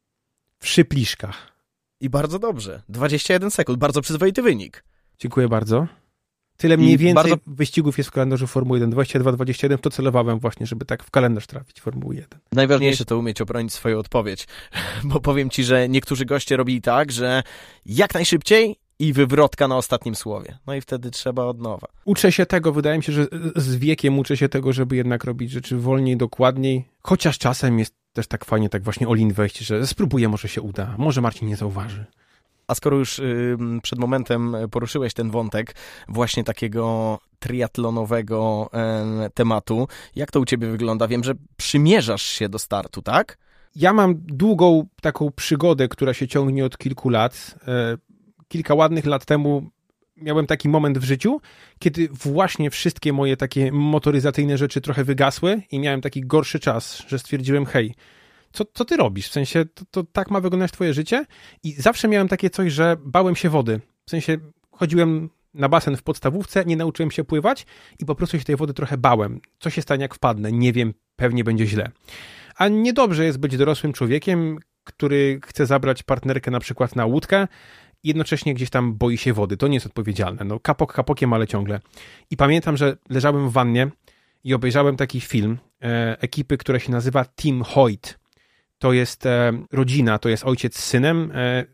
w szypliszkach.
I bardzo dobrze. 21 sekund, bardzo przyzwoity wynik.
Dziękuję bardzo. Tyle mniej więcej wyścigów jest w kalendarzu Formuły 1. 22-21 to celowałem właśnie, żeby tak w kalendarz trafić Formuły 1.
Najważniejsze to umieć obronić swoją odpowiedź, bo powiem ci, że niektórzy goście robili tak, że jak najszybciej i wywrotka na ostatnim słowie. No i wtedy trzeba od nowa.
Uczę się tego, wydaje mi się, że z wiekiem uczę się tego, żeby jednak robić rzeczy wolniej, dokładniej, chociaż czasem jest też tak fajnie, tak właśnie all in wejść, że spróbuję, może się uda, może Marcin nie zauważy.
A skoro już przed momentem poruszyłeś ten wątek właśnie takiego triatlonowego tematu, jak to u ciebie wygląda? Wiem, że przymierzasz się do startu, tak?
Ja mam długą taką przygodę, która się ciągnie od kilku lat. Kilka ładnych lat temu miałem taki moment w życiu, kiedy właśnie wszystkie moje takie motoryzacyjne rzeczy trochę wygasły i miałem taki gorszy czas, że stwierdziłem, hej, co ty robisz? W sensie, to tak ma wyglądać twoje życie? I zawsze miałem takie coś, że bałem się wody. W sensie, chodziłem na basen w podstawówce, nie nauczyłem się pływać i po prostu się tej wody trochę bałem. Co się stanie, jak wpadnę? Nie wiem, pewnie będzie źle. A niedobrze jest być dorosłym człowiekiem, który chce zabrać partnerkę na przykład na łódkę, jednocześnie gdzieś tam boi się wody. To nie jest odpowiedzialne. No, kapok kapokiem, ale ciągle. I pamiętam, że leżałem w wannie i obejrzałem taki film ekipy, która się nazywa Team Hoyt. To jest rodzina, to jest ojciec z synem.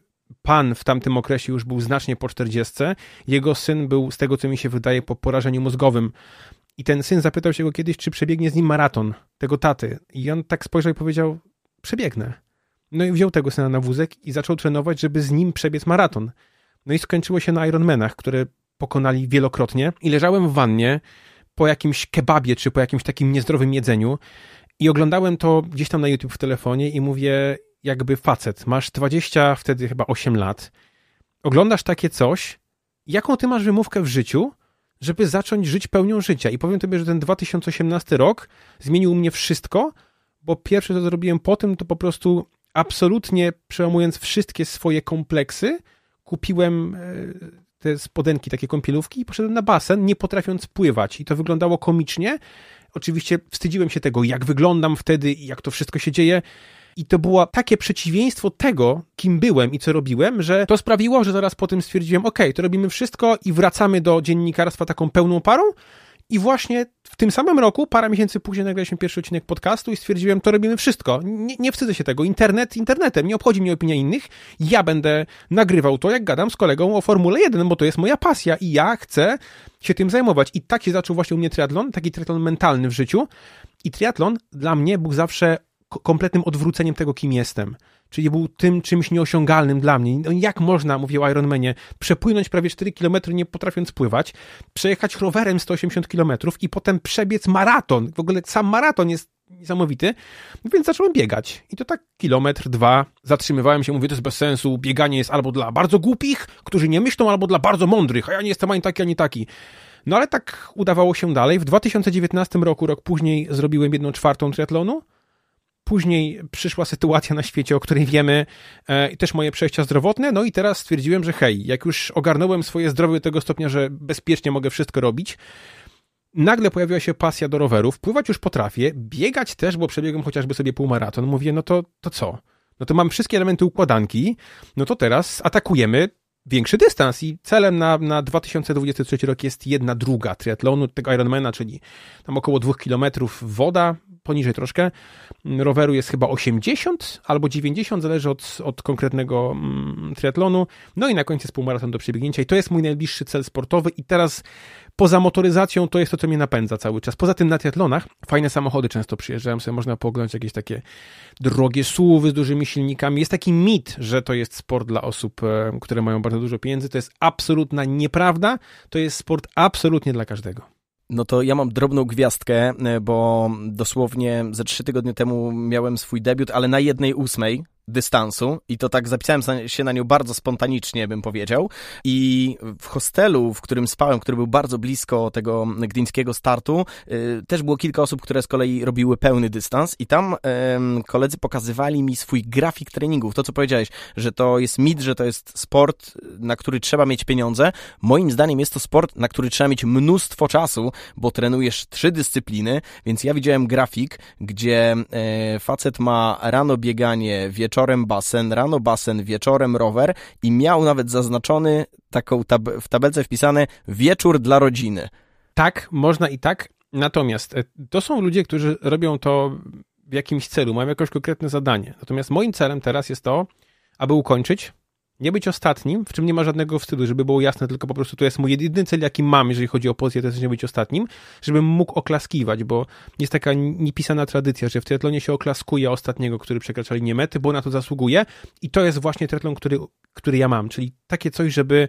Pan w tamtym okresie już był znacznie po 40. Jego syn był, z tego co mi się wydaje, po porażeniu mózgowym. I ten syn zapytał się go kiedyś, czy przebiegnie z nim maraton, tego taty. I on tak spojrzał i powiedział, przebiegnę. No i wziął tego syna na wózek i zaczął trenować, żeby z nim przebiec maraton. No i skończyło się na Ironmanach, które pokonali wielokrotnie. I leżałem w wannie po jakimś kebabie, czy po jakimś takim niezdrowym jedzeniu i oglądałem to gdzieś tam na YouTube w telefonie i mówię, jakby facet, masz 20, wtedy chyba 8 lat, oglądasz takie coś, jaką ty masz wymówkę w życiu, żeby zacząć żyć pełnią życia. I powiem tobie, że ten 2018 rok zmienił u mnie wszystko, bo pierwsze, co zrobiłem po tym, to po prostu absolutnie przełamując wszystkie swoje kompleksy, kupiłem te spodenki, takie kąpielówki i poszedłem na basen, nie potrafiąc pływać. I to wyglądało komicznie. Oczywiście wstydziłem się tego, jak wyglądam wtedy i jak to wszystko się dzieje. I to było takie przeciwieństwo tego, kim byłem i co robiłem, że to sprawiło, że zaraz po tym stwierdziłem, okej, to robimy wszystko i wracamy do dziennikarstwa taką pełną parą. I właśnie w tym samym roku, parę miesięcy później nagraliśmy pierwszy odcinek podcastu i stwierdziłem, to robimy wszystko. Nie wstydzę się tego. Internet internetem. Nie obchodzi mnie opinia innych. Ja będę nagrywał to, jak gadam z kolegą o Formule 1, bo to jest moja pasja i ja chcę się tym zajmować. I tak się zaczął właśnie u mnie triatlon, taki triatlon mentalny w życiu. I triatlon dla mnie był zawsze kompletnym odwróceniem tego, kim jestem. Czyli był tym czymś nieosiągalnym dla mnie. No jak można, mówię o Ironmanie, przepłynąć prawie 4 km nie potrafiąc pływać, przejechać rowerem 180 km i potem przebiec maraton. W ogóle sam maraton jest niesamowity. Więc zacząłem biegać. I to tak kilometr, 2. Zatrzymywałem się, mówię, to jest bez sensu. Bieganie jest albo dla bardzo głupich, którzy nie myślą, albo dla bardzo mądrych, a ja nie jestem ani taki, ani taki. No ale tak udawało się dalej. W 2019 roku, rok później, zrobiłem 1/4 triatlonu. Później przyszła sytuacja na świecie, o której wiemy, i też moje przejścia zdrowotne, no i teraz stwierdziłem, że hej, jak już ogarnąłem swoje zdrowie do tego stopnia, że bezpiecznie mogę wszystko robić, nagle pojawiła się pasja do rowerów, pływać już potrafię, biegać też, bo przebiegłem chociażby sobie półmaraton, mówię, no to co? No to mam wszystkie elementy układanki, no to teraz atakujemy większy dystans i celem na 2023 rok jest 1/2 triatlonu, tego Ironmana, czyli tam około 2 km woda, poniżej troszkę. Roweru jest chyba 80 albo 90, zależy od konkretnego triatlonu. No i na końcu jest półmaraton do przebiegnięcia i to jest mój najbliższy cel sportowy i teraz poza motoryzacją to jest to, co mnie napędza cały czas. Poza tym na triatlonach fajne samochody często przyjeżdżają, sobie można pooglądać jakieś takie drogie SUV-y z dużymi silnikami. Jest taki mit, że to jest sport dla osób, które mają bardzo dużo pieniędzy. To jest absolutna nieprawda. To jest sport absolutnie dla każdego.
No to ja mam drobną gwiazdkę, bo dosłownie ze 3 tygodnie temu miałem swój debiut, ale na 1/8 dystansu i to tak zapisałem się na nią bardzo spontanicznie, bym powiedział. I w hostelu, w którym spałem, który był bardzo blisko tego gdyńskiego startu, też było kilka osób, które z kolei robiły pełny dystans i tam koledzy pokazywali mi swój grafik treningów. To, co powiedziałeś, że to jest mit, że to jest sport, na który trzeba mieć pieniądze. Moim zdaniem jest to sport, na który trzeba mieć mnóstwo czasu, bo trenujesz 3 dyscypliny, więc ja widziałem grafik, gdzie facet ma rano bieganie, wieczorem basen, rano basen, wieczorem rower i miał nawet zaznaczony taką w tabelce wpisane wieczór dla rodziny.
Tak, można i tak, natomiast to są ludzie, którzy robią to w jakimś celu, mają jakieś konkretne zadanie. Natomiast moim celem teraz jest to, aby ukończyć, nie być ostatnim, w czym nie ma żadnego wstydu, żeby było jasne, tylko po prostu to jest mój jedyny cel, jaki mam, jeżeli chodzi o pozycję, to jest nie być ostatnim, żebym mógł oklaskiwać, bo jest taka niepisana tradycja, że w triatlonie się oklaskuje ostatniego, który przekracza linię mety, bo na to zasługuje i to jest właśnie triatlon, który ja mam, czyli takie coś, żeby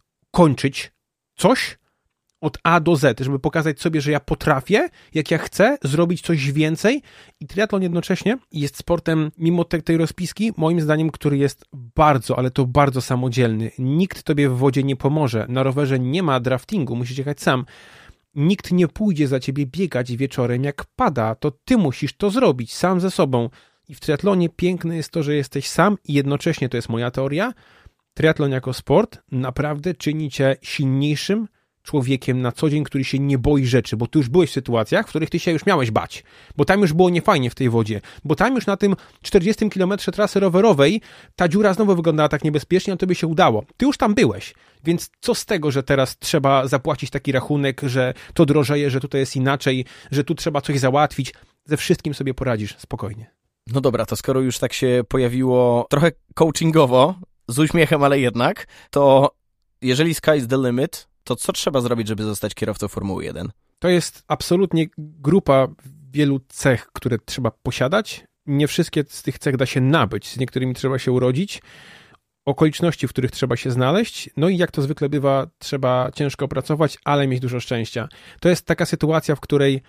kończyć coś od A do Z, żeby pokazać sobie, że ja potrafię, jak ja chcę, zrobić coś więcej i triatlon jednocześnie jest sportem, mimo tej rozpiski, moim zdaniem, który jest bardzo, ale to bardzo samodzielny. Nikt tobie w wodzie nie pomoże. Na rowerze nie ma draftingu, musisz jechać sam. Nikt nie pójdzie za ciebie biegać wieczorem, jak pada. To ty musisz to zrobić sam ze sobą. I w triatlonie piękne jest to, że jesteś sam i jednocześnie, to jest moja teoria, triatlon jako sport naprawdę czyni cię silniejszym człowiekiem na co dzień, który się nie boi rzeczy, bo ty już byłeś w sytuacjach, w których ty się już miałeś bać, bo tam już było niefajnie w tej wodzie, bo tam już na tym 40 kilometrze trasy rowerowej ta dziura znowu wyglądała tak niebezpiecznie, a tobie się udało. Ty już tam byłeś, więc co z tego, że teraz trzeba zapłacić taki rachunek, że to drożeje, że tutaj jest inaczej, że tu trzeba coś załatwić. Ze wszystkim sobie poradzisz spokojnie.
No dobra, to skoro już tak się pojawiło trochę coachingowo, z uśmiechem, ale jednak, to jeżeli sky's the limit, to co trzeba zrobić, żeby zostać kierowcą Formuły 1?
To jest absolutnie grupa wielu cech, które trzeba posiadać. Nie wszystkie z tych cech da się nabyć, z niektórymi trzeba się urodzić. Okoliczności, w których trzeba się znaleźć. No i jak to zwykle bywa, trzeba ciężko pracować, ale mieć dużo szczęścia. To jest taka sytuacja, w której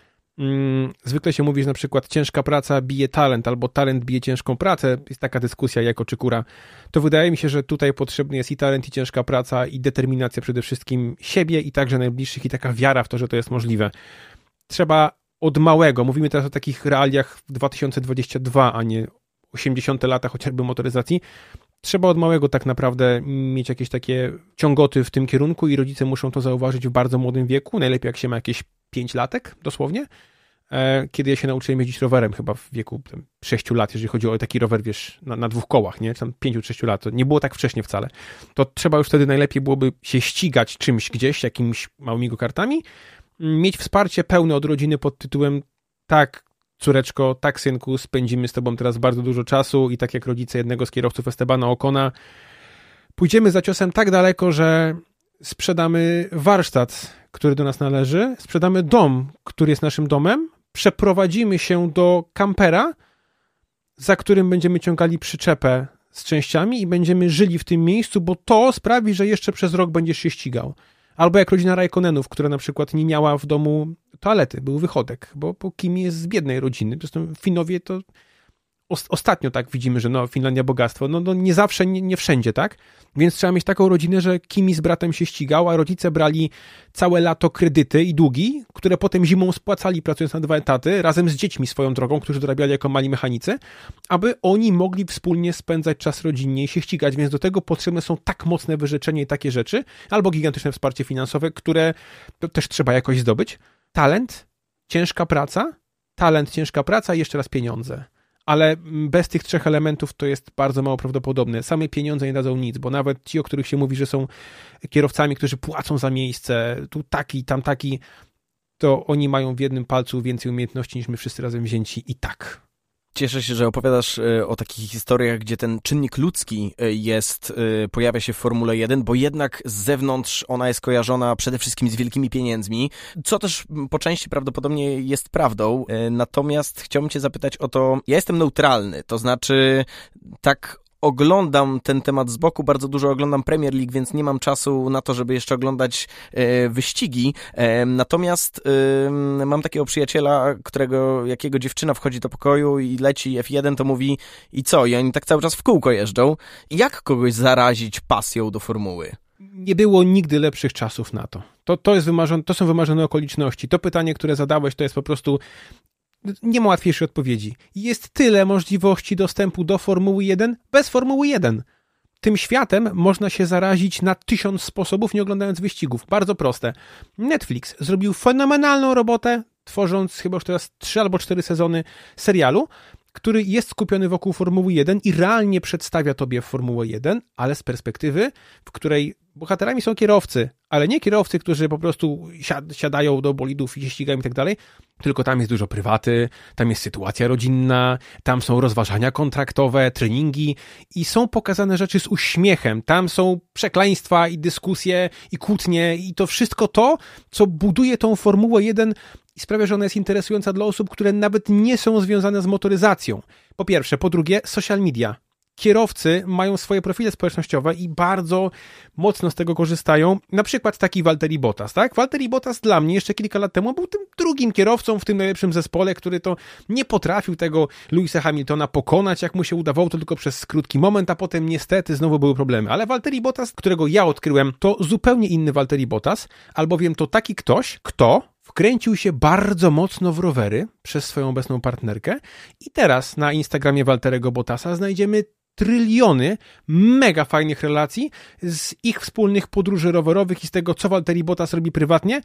zwykle się mówi, że na przykład ciężka praca bije talent, albo talent bije ciężką pracę. Jest taka dyskusja jako czy kura. To wydaje mi się, że tutaj potrzebny jest i talent, i ciężka praca, i determinacja przede wszystkim siebie, i także najbliższych, i taka wiara w to, że to jest możliwe. Trzeba od małego, mówimy teraz o takich realiach w 2022, a nie 80 lata chociażby motoryzacji, trzeba od małego tak naprawdę mieć jakieś takie ciągoty w tym kierunku i rodzice muszą to zauważyć w bardzo młodym wieku, najlepiej jak się ma jakieś 5 latek dosłownie, kiedy ja się nauczyłem jeździć rowerem chyba w wieku 6 lat, jeżeli chodzi o taki rower, wiesz, na 2 kołach, nie? Tam 5-6 lat, to nie było tak wcześnie wcale. To trzeba już wtedy najlepiej byłoby się ścigać czymś gdzieś, jakimiś małymi go-kartami, mieć wsparcie pełne od rodziny pod tytułem tak, córeczko, tak synku, spędzimy z tobą teraz bardzo dużo czasu i tak jak rodzice jednego z kierowców Estebana Ocona, pójdziemy za ciosem tak daleko, że sprzedamy warsztat, który do nas należy, sprzedamy dom, który jest naszym domem, przeprowadzimy się do kampera za którym będziemy ciągali przyczepę z częściami i będziemy żyli w tym miejscu, bo to sprawi, że jeszcze przez rok będziesz się ścigał. Albo jak rodzina Raikkonenów, która na przykład nie miała w domu toalety, był wychodek, bo Kimi jest z biednej rodziny. Zresztą Finowie to ostatnio tak widzimy, że Finlandia bogactwo, nie zawsze, nie wszędzie, tak? Więc trzeba mieć taką rodzinę, że Kimi z bratem się ścigał, a rodzice brali całe lato kredyty i długi, które potem zimą spłacali pracując na 2 etaty, razem z dziećmi swoją drogą, którzy dorabiali jako mali mechanicy, aby oni mogli wspólnie spędzać czas rodzinnie i się ścigać, więc do tego potrzebne są tak mocne wyrzeczenie i takie rzeczy, albo gigantyczne wsparcie finansowe, które też trzeba jakoś zdobyć. Talent, ciężka praca i jeszcze raz pieniądze. Ale bez tych 3 elementów to jest bardzo mało prawdopodobne. Same pieniądze nie dadzą nic, bo nawet ci, o których się mówi, że są kierowcami, którzy płacą za miejsce, tu taki, tam taki, to oni mają w jednym palcu więcej umiejętności niż my wszyscy razem wzięci i tak.
Cieszę się, że opowiadasz o takich historiach, gdzie ten czynnik ludzki pojawia się w Formule 1, bo jednak z zewnątrz ona jest kojarzona przede wszystkim z wielkimi pieniędzmi, co też po części prawdopodobnie jest prawdą. Natomiast chciałbym cię zapytać o to, ja jestem neutralny, to znaczy tak oglądam ten temat z boku, bardzo dużo oglądam Premier League, więc nie mam czasu na to, żeby jeszcze oglądać wyścigi. Natomiast mam takiego przyjaciela, jakiego dziewczyna wchodzi do pokoju i leci F1, to mówi i co? I oni tak cały czas w kółko jeżdżą. Jak kogoś zarazić pasją do formuły?
Nie było nigdy lepszych czasów na to. To są wymarzone okoliczności. To pytanie, które zadałeś, to jest po prostu... Nie ma łatwiejszej odpowiedzi. Jest tyle możliwości dostępu do Formuły 1 bez Formuły 1. Tym światem można się zarazić na 1000 sposobów, nie oglądając wyścigów. Bardzo proste. Netflix zrobił fenomenalną robotę, tworząc chyba już teraz 3 albo 4 sezony serialu, który jest skupiony wokół Formuły 1 i realnie przedstawia tobie Formułę 1, ale z perspektywy, w której bohaterami są kierowcy, ale nie kierowcy, którzy po prostu siadają do bolidów i się ścigają i tak dalej, tylko tam jest dużo prywaty, tam jest sytuacja rodzinna, tam są rozważania kontraktowe, treningi i są pokazane rzeczy z uśmiechem. Tam są przekleństwa i dyskusje i kłótnie i to wszystko to, co buduje tą Formułę 1 i sprawia, że ona jest interesująca dla osób, które nawet nie są związane z motoryzacją. Po pierwsze. Po drugie, social media. Kierowcy mają swoje profile społecznościowe i bardzo mocno z tego korzystają. Na przykład taki Valtteri Bottas, tak? Valtteri Bottas dla mnie jeszcze kilka lat temu był tym drugim kierowcą w tym najlepszym zespole, który to nie potrafił tego Lewisa Hamiltona pokonać, jak mu się udawało to tylko przez krótki moment, a potem niestety znowu były problemy. Ale Valtteri Bottas, którego ja odkryłem, to zupełnie inny Valtteri Bottas, albowiem to taki ktoś, kto wkręcił się bardzo mocno w rowery przez swoją obecną partnerkę i teraz na Instagramie Valtteriego Bottasa znajdziemy tryliony mega fajnych relacji z ich wspólnych podróży rowerowych i z tego, co Valtteri Bottas robi prywatnie.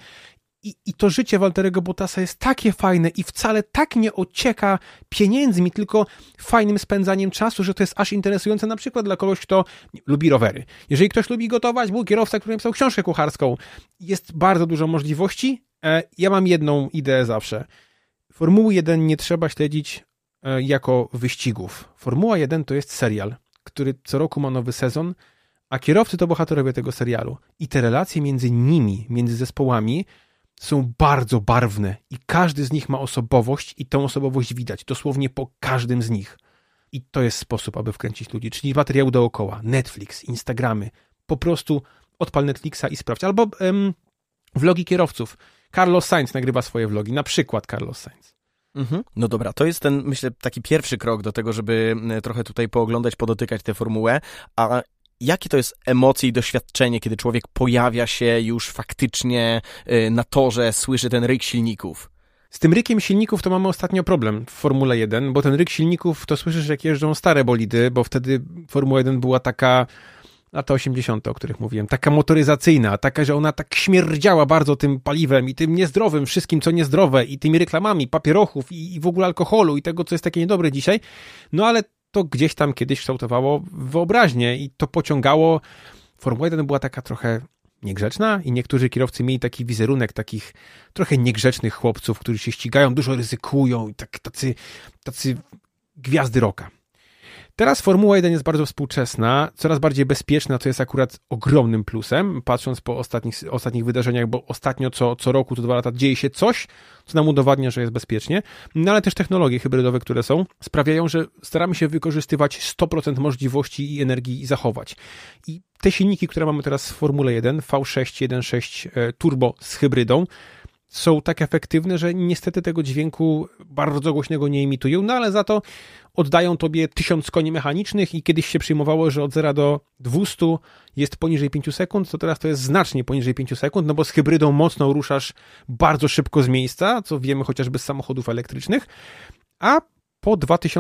I to życie Valtteriego Bottasa jest takie fajne i wcale tak nie ocieka pieniędzmi, tylko fajnym spędzaniem czasu, że to jest aż interesujące na przykład dla kogoś, kto lubi rowery. Jeżeli ktoś lubi gotować, był kierowca, który napisał książkę kucharską. Jest bardzo dużo możliwości. Ja mam jedną ideę zawsze. Formuły 1 nie trzeba śledzić jako wyścigów. Formuła 1 to jest serial, który co roku ma nowy sezon, a kierowcy to bohaterowie tego serialu. I te relacje między nimi, między zespołami są bardzo barwne i każdy z nich ma osobowość i tę osobowość widać dosłownie po każdym z nich. I to jest sposób, aby wkręcić ludzi, czyli materiały dookoła, Netflix, Instagramy, po prostu odpal Netflixa i sprawdź. Albo vlogi kierowców. Carlos Sainz nagrywa swoje vlogi, na przykład Carlos Sainz.
No dobra, to jest ten, myślę, taki pierwszy krok do tego, żeby trochę tutaj pooglądać, podotykać tę formułę, a jakie to jest emocje i doświadczenie, kiedy człowiek pojawia się już faktycznie na torze, słyszy ten ryk silników?
Z tym rykiem silników to mamy ostatnio problem w Formule 1, bo ten ryk silników to słyszysz, jak jeżdżą stare bolidy, bo wtedy Formuła 1 była taka, lata 80., o których mówiłem, taka motoryzacyjna, taka, że ona tak śmierdziała bardzo tym paliwem i tym niezdrowym, wszystkim co niezdrowe i tymi reklamami papierochów i w ogóle alkoholu i tego, co jest takie niedobre dzisiaj. No ale to gdzieś tam kiedyś kształtowało wyobraźnię i to pociągało. Formuła 1 była taka trochę niegrzeczna i niektórzy kierowcy mieli taki wizerunek takich trochę niegrzecznych chłopców, którzy się ścigają, dużo ryzykują i tacy gwiazdy rocka. Teraz Formuła 1 jest bardzo współczesna, coraz bardziej bezpieczna, co jest akurat ogromnym plusem, patrząc po ostatnich wydarzeniach, bo ostatnio co roku, co 2 lata dzieje się coś, co nam udowadnia, że jest bezpiecznie, no ale też technologie hybrydowe, które są, sprawiają, że staramy się wykorzystywać 100% możliwości i energii zachować. I te silniki, które mamy teraz w Formule 1, V6 1.6 turbo z hybrydą, są tak efektywne, że niestety tego dźwięku bardzo głośnego nie emitują, no ale za to oddają tobie 1000 koni mechanicznych i kiedyś się przyjmowało, że od 0 do 200 jest poniżej 5 sekund, to teraz to jest znacznie poniżej 5 sekund, no bo z hybrydą mocno ruszasz bardzo szybko z miejsca, co wiemy chociażby z samochodów elektrycznych, a po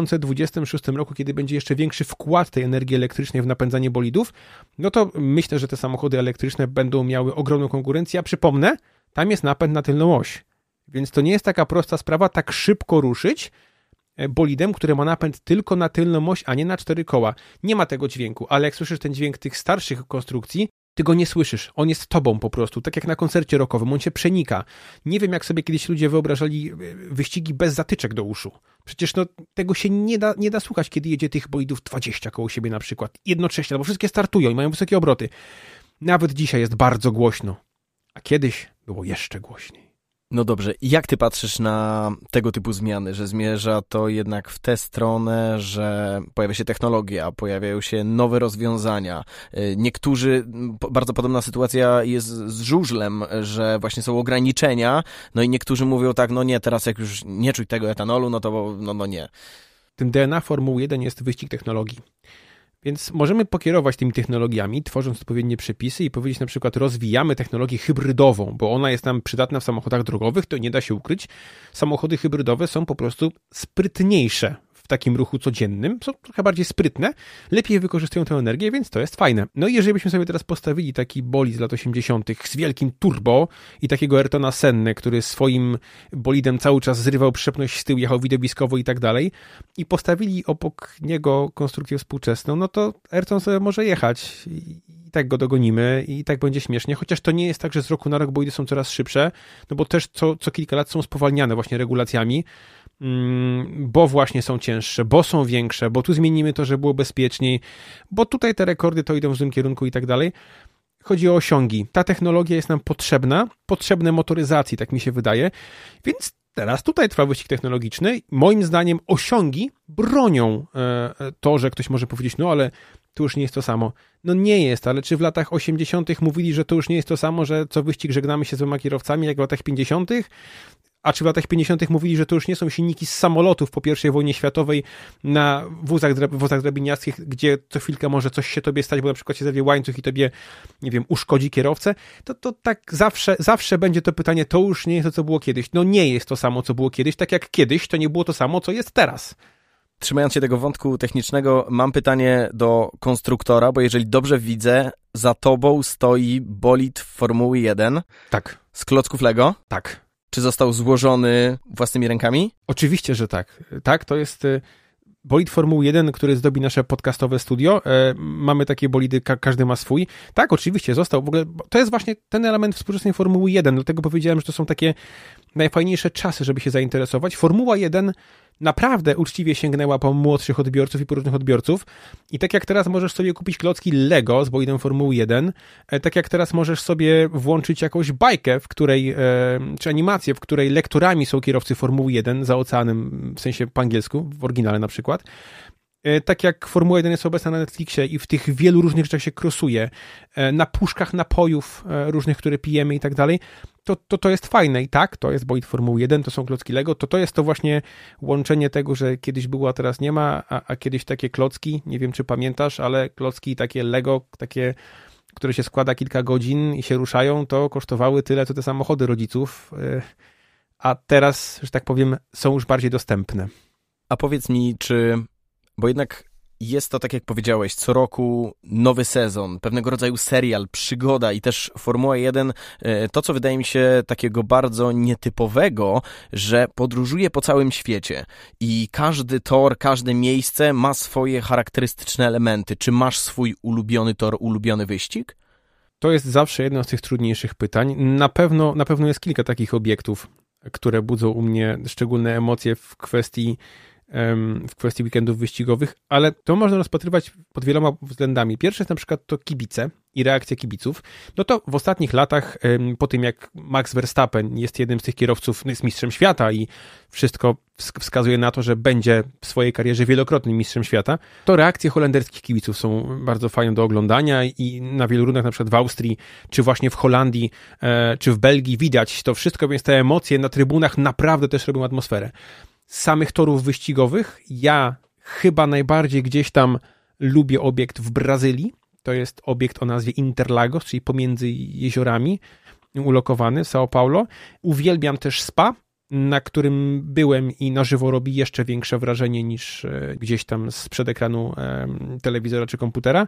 2026 roku, kiedy będzie jeszcze większy wkład tej energii elektrycznej w napędzanie bolidów, no to myślę, że te samochody elektryczne będą miały ogromną konkurencję, a przypomnę, tam jest napęd na tylną oś, więc to nie jest taka prosta sprawa, tak szybko ruszyć bolidem, który ma napęd tylko na tylną oś, a nie na 4 koła. Nie ma tego dźwięku, ale jak słyszysz ten dźwięk tych starszych konstrukcji, ty go nie słyszysz. On jest tobą po prostu, tak jak na koncercie rockowym, on cię przenika. Nie wiem, jak sobie kiedyś ludzie wyobrażali wyścigi bez zatyczek do uszu. Przecież no, tego się nie da słuchać, kiedy jedzie tych bolidów 20 koło siebie na przykład, jednocześnie, albo wszystkie startują i mają wysokie obroty. Nawet dzisiaj jest bardzo głośno, a kiedyś było jeszcze głośniej.
No dobrze, jak ty patrzysz na tego typu zmiany, że zmierza to jednak w tę stronę, że pojawia się technologia, pojawiają się nowe rozwiązania. Niektórzy, bardzo podobna sytuacja jest z żużlem, że właśnie są ograniczenia, no i niektórzy mówią tak, no nie, teraz jak już nie czuć tego etanolu, no to no nie.
Tym DNA Formuły 1 jest wyścig technologii. Więc możemy pokierować tymi technologiami, tworząc odpowiednie przepisy i powiedzieć na przykład rozwijamy technologię hybrydową, bo ona jest nam przydatna w samochodach drogowych, to nie da się ukryć. Samochody hybrydowe są po prostu sprytniejsze w takim ruchu codziennym, są trochę bardziej sprytne, lepiej wykorzystują tę energię, więc to jest fajne. No i jeżeli byśmy sobie teraz postawili taki bolid z lat 80. z wielkim turbo i takiego Ayrtona Sennę, który swoim bolidem cały czas zrywał przyczepność z tyłu, jechał widowiskowo i tak dalej, i postawili obok niego konstrukcję współczesną, no to Ayrton sobie może jechać i tak go dogonimy i tak będzie śmiesznie, chociaż to nie jest tak, że z roku na rok bolidy są coraz szybsze, no bo też co kilka lat są spowalniane właśnie regulacjami, bo właśnie są cięższe, bo są większe, bo tu zmienimy to, żeby było bezpieczniej, bo tutaj te rekordy to idą w złym kierunku i tak dalej. Chodzi o osiągi. Ta technologia jest nam potrzebne motoryzacji, tak mi się wydaje, więc teraz tutaj trwa wyścig technologiczny. Moim zdaniem osiągi bronią to, że ktoś może powiedzieć, no ale to już nie jest to samo. No nie jest, ale czy w latach 80. mówili, że to już nie jest to samo, że co wyścig żegnamy się z 2 kierowcami, jak w latach 50., a czy w latach 50. mówili, że to już nie są silniki z samolotów po I wojnie światowej na wozach drabiniarskich, gdzie co chwilkę może coś się tobie stać, bo na przykład się zerwie łańcuch i tobie, nie wiem, uszkodzi kierowcę, to tak zawsze będzie to pytanie, to już nie jest to, co było kiedyś. No nie jest to samo, co było kiedyś, tak jak kiedyś to nie było to samo, co jest teraz.
Trzymając się tego wątku technicznego, mam pytanie do konstruktora, bo jeżeli dobrze widzę, za tobą stoi bolid Formuły 1.
Tak.
Z klocków Lego?
Tak.
Czy został złożony własnymi rękami?
Oczywiście, że tak. Tak, to jest bolid Formuły 1, który zdobi nasze podcastowe studio. Mamy takie bolidy, każdy ma swój. Tak, oczywiście, został. W ogóle to jest właśnie ten element współczesnej Formuły 1, dlatego powiedziałem, że to są takie najfajniejsze czasy, żeby się zainteresować. Formuła 1 naprawdę uczciwie sięgnęła po młodszych odbiorców i po różnych odbiorców. I tak jak teraz możesz sobie kupić klocki Lego z bolidem Formuły 1, tak jak teraz możesz sobie włączyć jakąś bajkę, w której, czy animację, w której lektorami są kierowcy Formuły 1 za oceanem, w sensie po angielsku, w oryginale na przykład. Tak jak Formuła 1 jest obecna na Netflixie i w tych wielu różnych rzeczach się krosuje, na puszkach napojów różnych, które pijemy i tak dalej, to jest fajne. I tak, to jest bolid Formuły 1, to są klocki Lego, to jest to właśnie łączenie tego, że kiedyś było, a teraz nie ma, a kiedyś takie klocki, nie wiem czy pamiętasz, ale klocki takie Lego, takie, które się składa kilka godzin i się ruszają, to kosztowały tyle, co te samochody rodziców, a teraz, że tak powiem, są już bardziej dostępne.
A powiedz mi, bo jednak jest to, tak jak powiedziałeś, co roku nowy sezon, pewnego rodzaju serial, przygoda i też Formuła 1, to co wydaje mi się takiego bardzo nietypowego, że podróżuje po całym świecie i każdy tor, każde miejsce ma swoje charakterystyczne elementy. Czy masz swój ulubiony tor, ulubiony wyścig?
To jest zawsze jedno z tych trudniejszych pytań. Na pewno jest kilka takich obiektów, które budzą u mnie szczególne emocje w kwestii w kwestii weekendów wyścigowych, ale to można rozpatrywać pod wieloma względami. Pierwszy jest na przykład to kibice i reakcja kibiców. No to w ostatnich latach, po tym jak Max Verstappen jest jednym z tych kierowców, jest mistrzem świata i wszystko wskazuje na to, że będzie w swojej karierze wielokrotnym mistrzem świata, to reakcje holenderskich kibiców są bardzo fajne do oglądania i na wielu rundach, na przykład w Austrii, czy właśnie w Holandii, czy w Belgii widać to wszystko, więc te emocje na trybunach naprawdę też robią atmosferę. Z samych torów wyścigowych ja chyba najbardziej gdzieś tam lubię obiekt w Brazylii. To jest obiekt o nazwie Interlagos, czyli pomiędzy jeziorami, ulokowany w São Paulo. Uwielbiam też Spa, na którym byłem i na żywo robi jeszcze większe wrażenie niż gdzieś tam sprzed ekranu telewizora czy komputera.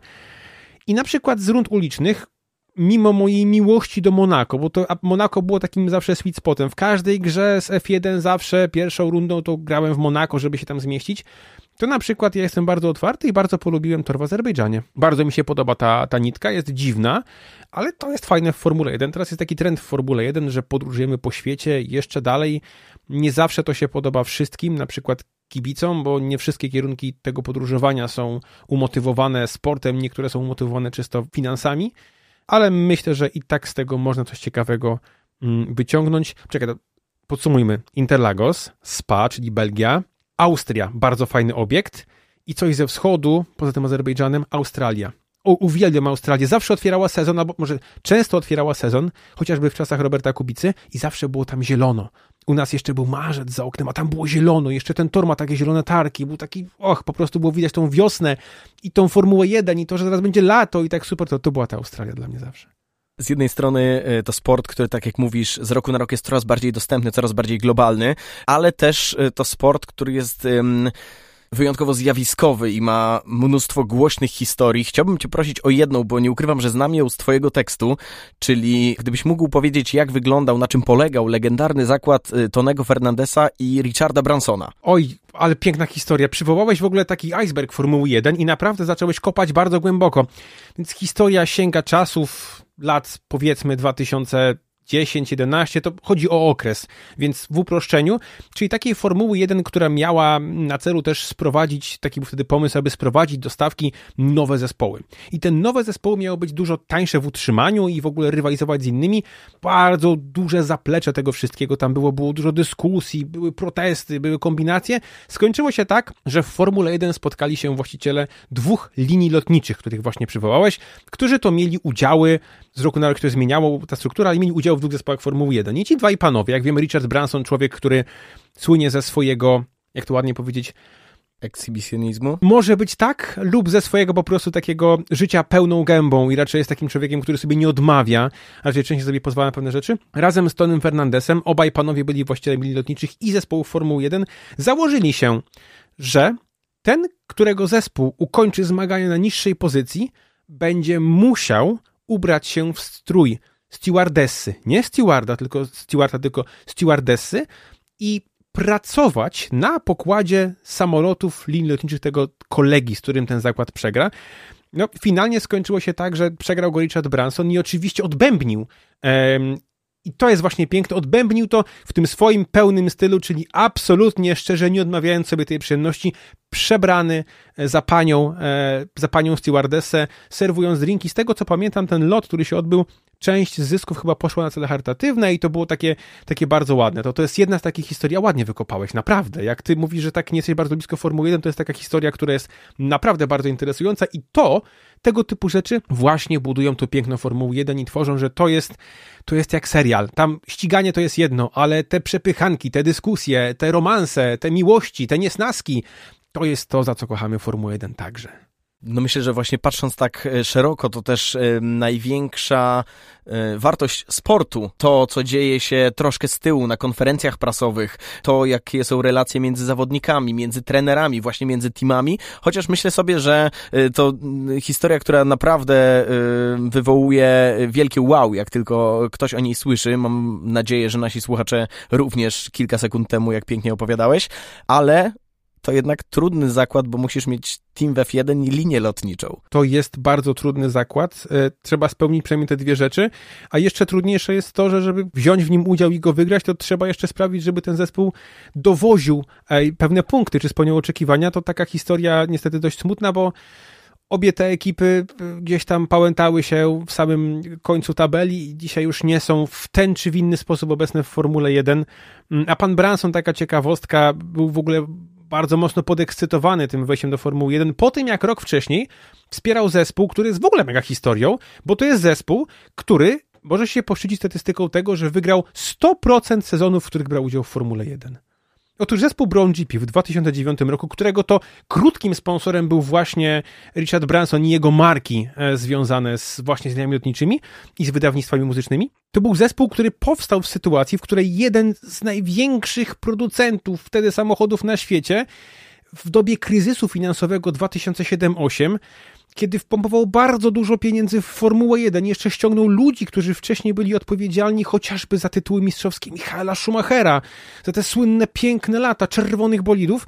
I na przykład z rund ulicznych, mimo mojej miłości do Monako, bo to Monako było takim zawsze sweet spotem. W każdej grze z F1 zawsze pierwszą rundą to grałem w Monako, żeby się tam zmieścić. To na przykład ja jestem bardzo otwarty i bardzo polubiłem tor w Azerbejdżanie. Bardzo mi się podoba ta nitka, jest dziwna, ale to jest fajne w Formule 1. Teraz jest taki trend w Formule 1, że podróżujemy po świecie jeszcze dalej. Nie zawsze to się podoba wszystkim, na przykład kibicom, bo nie wszystkie kierunki tego podróżowania są umotywowane sportem, niektóre są umotywowane czysto finansami, ale myślę, że i tak z tego można coś ciekawego wyciągnąć. Czekaj, to podsumujmy. Interlagos, Spa, czyli Belgia, Austria, bardzo fajny obiekt i coś ze wschodu, poza tym Azerbejdżanem, Australia. Uwielbiam Australię, zawsze otwierała sezon, albo może często otwierała sezon, chociażby w czasach Roberta Kubicy i zawsze było tam zielono. U nas jeszcze był marzec za oknem, a tam było zielono, jeszcze ten tor ma takie zielone tarki, był taki, po prostu było widać tą wiosnę i tą Formułę 1 i to, że zaraz będzie lato i tak super, to była ta Australia dla mnie zawsze.
Z jednej strony to sport, który, tak jak mówisz, z roku na rok jest coraz bardziej dostępny, coraz bardziej globalny, ale też to sport, który jest wyjątkowo zjawiskowy i ma mnóstwo głośnych historii. Chciałbym cię prosić o jedną, bo nie ukrywam, że znam ją z twojego tekstu, czyli gdybyś mógł powiedzieć, jak wyglądał, na czym polegał legendarny zakład Tonego Fernandesa i Richarda Bransona.
Oj, ale piękna historia. Przywołałeś w ogóle taki iceberg Formuły 1 i naprawdę zacząłeś kopać bardzo głęboko. Więc historia sięga czasów lat, powiedzmy, 2010-11, to chodzi o okres, więc w uproszczeniu, czyli takiej Formuły 1, która miała na celu też sprowadzić, taki był wtedy pomysł, aby sprowadzić do stawki nowe zespoły. I te nowe zespoły miały być dużo tańsze w utrzymaniu i w ogóle rywalizować z innymi. Bardzo duże zaplecze tego wszystkiego, tam było dużo dyskusji, były protesty, były kombinacje. Skończyło się tak, że w Formule 1 spotkali się właściciele dwóch linii lotniczych, których właśnie przywołałeś, którzy to mieli udziały, z roku na rok to zmieniało ta struktura, ale mieli udział w dwóch zespołach Formuły 1. I ci dwaj panowie, jak wiemy, Richard Branson, człowiek, który słynie ze swojego, jak to ładnie powiedzieć,
ekshibicjonizmu?
Może być tak, lub ze swojego po prostu takiego życia pełną gębą i raczej jest takim człowiekiem, który sobie nie odmawia, a raczej częściej sobie pozwala na pewne rzeczy. Razem z Tonym Fernandesem, obaj panowie byli właścicielami linii lotniczych i zespołów Formuły 1, założyli się, że ten, którego zespół ukończy zmagania na niższej pozycji, będzie musiał ubrać się w strój stewardessy, nie stewarda, tylko stewardessy i pracować na pokładzie samolotów linii lotniczych tego kolegi, z którym ten zakład przegra. No, finalnie skończyło się tak, że przegrał go Richard Branson i oczywiście odbębnił. I to jest właśnie piękne. Odbębnił to w tym swoim pełnym stylu, czyli absolutnie szczerze, nie odmawiając sobie tej przyjemności, przebrany za panią stewardessę, serwując drinki. Z tego, co pamiętam, ten lot, który się odbył, część z zysków chyba poszła na cele charytatywne i to było takie bardzo ładne. To jest jedna z takich historii, a ładnie wykopałeś, naprawdę. Jak ty mówisz, że tak nie jesteś bardzo blisko Formuły 1, to jest taka historia, która jest naprawdę bardzo interesująca i tego typu rzeczy właśnie budują tu piękną Formułę 1 i tworzą, że to jest jak serial. Tam ściganie to jest jedno, ale te przepychanki, te dyskusje, te romanse, te miłości, te niesnaski, to jest to, za co kochamy Formułę 1 także.
No myślę, że właśnie patrząc tak szeroko, to też największa wartość sportu, to co dzieje się troszkę z tyłu na konferencjach prasowych, to jakie są relacje między zawodnikami, między trenerami, właśnie między teamami, chociaż myślę sobie, że to historia, która naprawdę wywołuje wielkie wow, jak tylko ktoś o niej słyszy. Mam nadzieję, że nasi słuchacze również kilka sekund temu, jak pięknie opowiadałeś, ale to jednak trudny zakład, bo musisz mieć team w F1 i linię lotniczą.
To jest bardzo trudny zakład. Trzeba spełnić przynajmniej te dwie rzeczy, a jeszcze trudniejsze jest to, że żeby wziąć w nim udział i go wygrać, to trzeba jeszcze sprawić, żeby ten zespół dowoził pewne punkty, czy spełniał oczekiwania. To taka historia niestety dość smutna, bo obie te ekipy gdzieś tam pałętały się w samym końcu tabeli i dzisiaj już nie są w ten czy w inny sposób obecne w Formule 1. A pan Branson, taka ciekawostka, był w ogóle bardzo mocno podekscytowany tym wejściem do Formuły 1, po tym jak rok wcześniej wspierał zespół, który jest w ogóle mega historią, bo to jest zespół, który może się poszczycić statystyką tego, że wygrał 100% sezonów, w których brał udział w Formule 1. Otóż zespół Brown GP w 2009 roku, którego to krótkim sponsorem był właśnie Richard Branson i jego marki związane właśnie z liniami lotniczymi i z wydawnictwami muzycznymi, to był zespół, który powstał w sytuacji, w której jeden z największych producentów wtedy samochodów na świecie w dobie kryzysu finansowego 2007-2008, kiedy wpompował bardzo dużo pieniędzy w Formułę 1, jeszcze ściągnął ludzi, którzy wcześniej byli odpowiedzialni chociażby za tytuły mistrzowskie Michaela Schumachera, za te słynne, piękne lata czerwonych bolidów.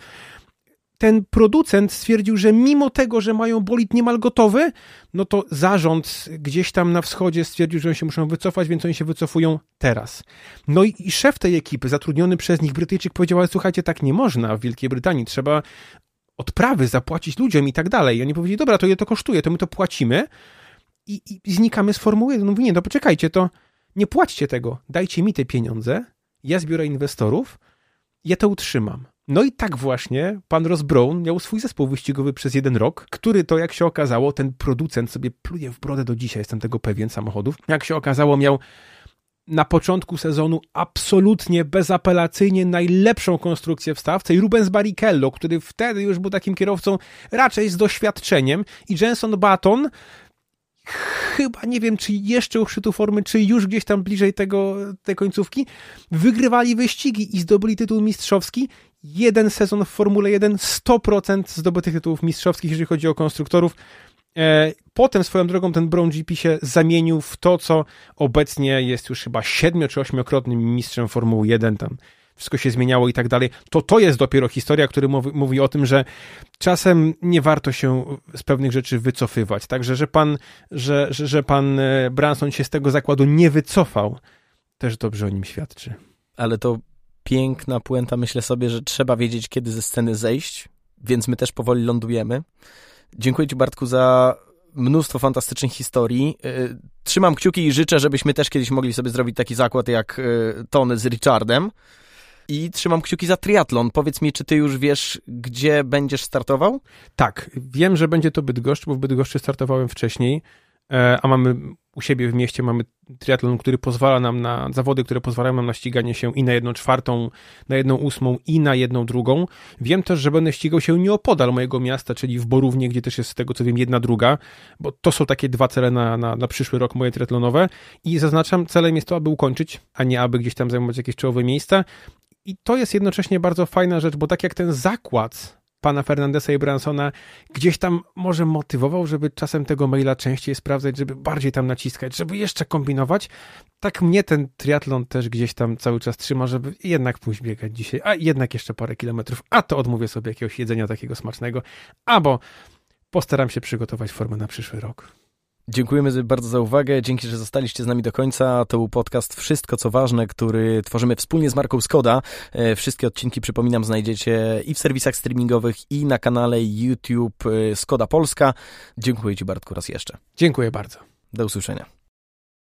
Ten producent stwierdził, że mimo tego, że mają bolid niemal gotowy, no to zarząd gdzieś tam na wschodzie stwierdził, że oni się muszą wycofać, więc oni się wycofują teraz. No i szef tej ekipy, zatrudniony przez nich Brytyjczyk, powiedział, ale słuchajcie, tak nie można w Wielkiej Brytanii, trzeba odprawy zapłacić ludziom i tak dalej. I oni powiedzieli, dobra, to ile to kosztuje, to my to płacimy i znikamy z Formuły 1. No mówię, nie, to poczekajcie, to nie płaćcie tego, dajcie mi te pieniądze, ja zbiorę inwestorów, ja to utrzymam. No i tak właśnie pan Ross Brown miał swój zespół wyścigowy przez 1 rok, który to, jak się okazało, ten producent sobie pluje w brodę do dzisiaj, jestem tego pewien, samochodów. Jak się okazało, miał na początku sezonu absolutnie, bezapelacyjnie najlepszą konstrukcję w stawce i Rubens Barrichello, który wtedy już był takim kierowcą raczej z doświadczeniem i Jenson Button, chyba nie wiem, czy jeszcze u szczytu formy, czy już gdzieś tam bliżej tej końcówki, wygrywali wyścigi i zdobyli tytuł mistrzowski. 1 sezon w Formule 1, 100% zdobytych tytułów mistrzowskich, jeżeli chodzi o konstruktorów. Potem swoją drogą ten Brown GP się zamienił w to, co obecnie jest już chyba 7- czy 8-krotnym mistrzem Formuły 1, tam wszystko się zmieniało i tak dalej. To jest dopiero historia, która mówi o tym, że czasem nie warto się z pewnych rzeczy wycofywać. Także, że pan Branson się z tego zakładu nie wycofał, też dobrze o nim świadczy.
Ale to piękna puenta, myślę sobie, że trzeba wiedzieć, kiedy ze sceny zejść, więc my też powoli lądujemy. Dziękuję ci, Bartku, za mnóstwo fantastycznych historii. Trzymam kciuki i życzę, żebyśmy też kiedyś mogli sobie zrobić taki zakład jak Tony z Richardem. I trzymam kciuki za triatlon. Powiedz mi, czy ty już wiesz, gdzie będziesz startował?
Tak, wiem, że będzie to Bydgoszcz, bo w Bydgoszczy startowałem wcześniej, a mamy u siebie w mieście mamy triatlon, który pozwala nam na zawody, które pozwalają nam na ściganie się i na 1/4, na 1/8 i na 1/2. Wiem też, że będę ścigał się nieopodal mojego miasta, czyli w Borównie, gdzie też jest z tego co wiem 1/2, bo to są takie 2 cele na przyszły rok moje triatlonowe i zaznaczam, celem jest to, aby ukończyć, a nie aby gdzieś tam zajmować jakieś czołowe miejsca. I to jest jednocześnie bardzo fajna rzecz, bo tak jak ten zakład pana Fernandesa i Bransona gdzieś tam może motywował, żeby czasem tego maila częściej sprawdzać, żeby bardziej tam naciskać, żeby jeszcze kombinować, tak mnie ten triatlon też gdzieś tam cały czas trzyma, żeby jednak pójść biegać dzisiaj, a jednak jeszcze parę kilometrów, a to odmówię sobie jakiegoś jedzenia takiego smacznego, albo postaram się przygotować formę na przyszły rok.
Dziękujemy bardzo za uwagę, dzięki, że zostaliście z nami do końca. To był podcast Wszystko co ważne, który tworzymy wspólnie z marką Skoda. Wszystkie odcinki, przypominam, znajdziecie i w serwisach streamingowych, i na kanale YouTube Skoda Polska. Dziękuję ci, Bartku, raz jeszcze.
Dziękuję bardzo.
Do usłyszenia.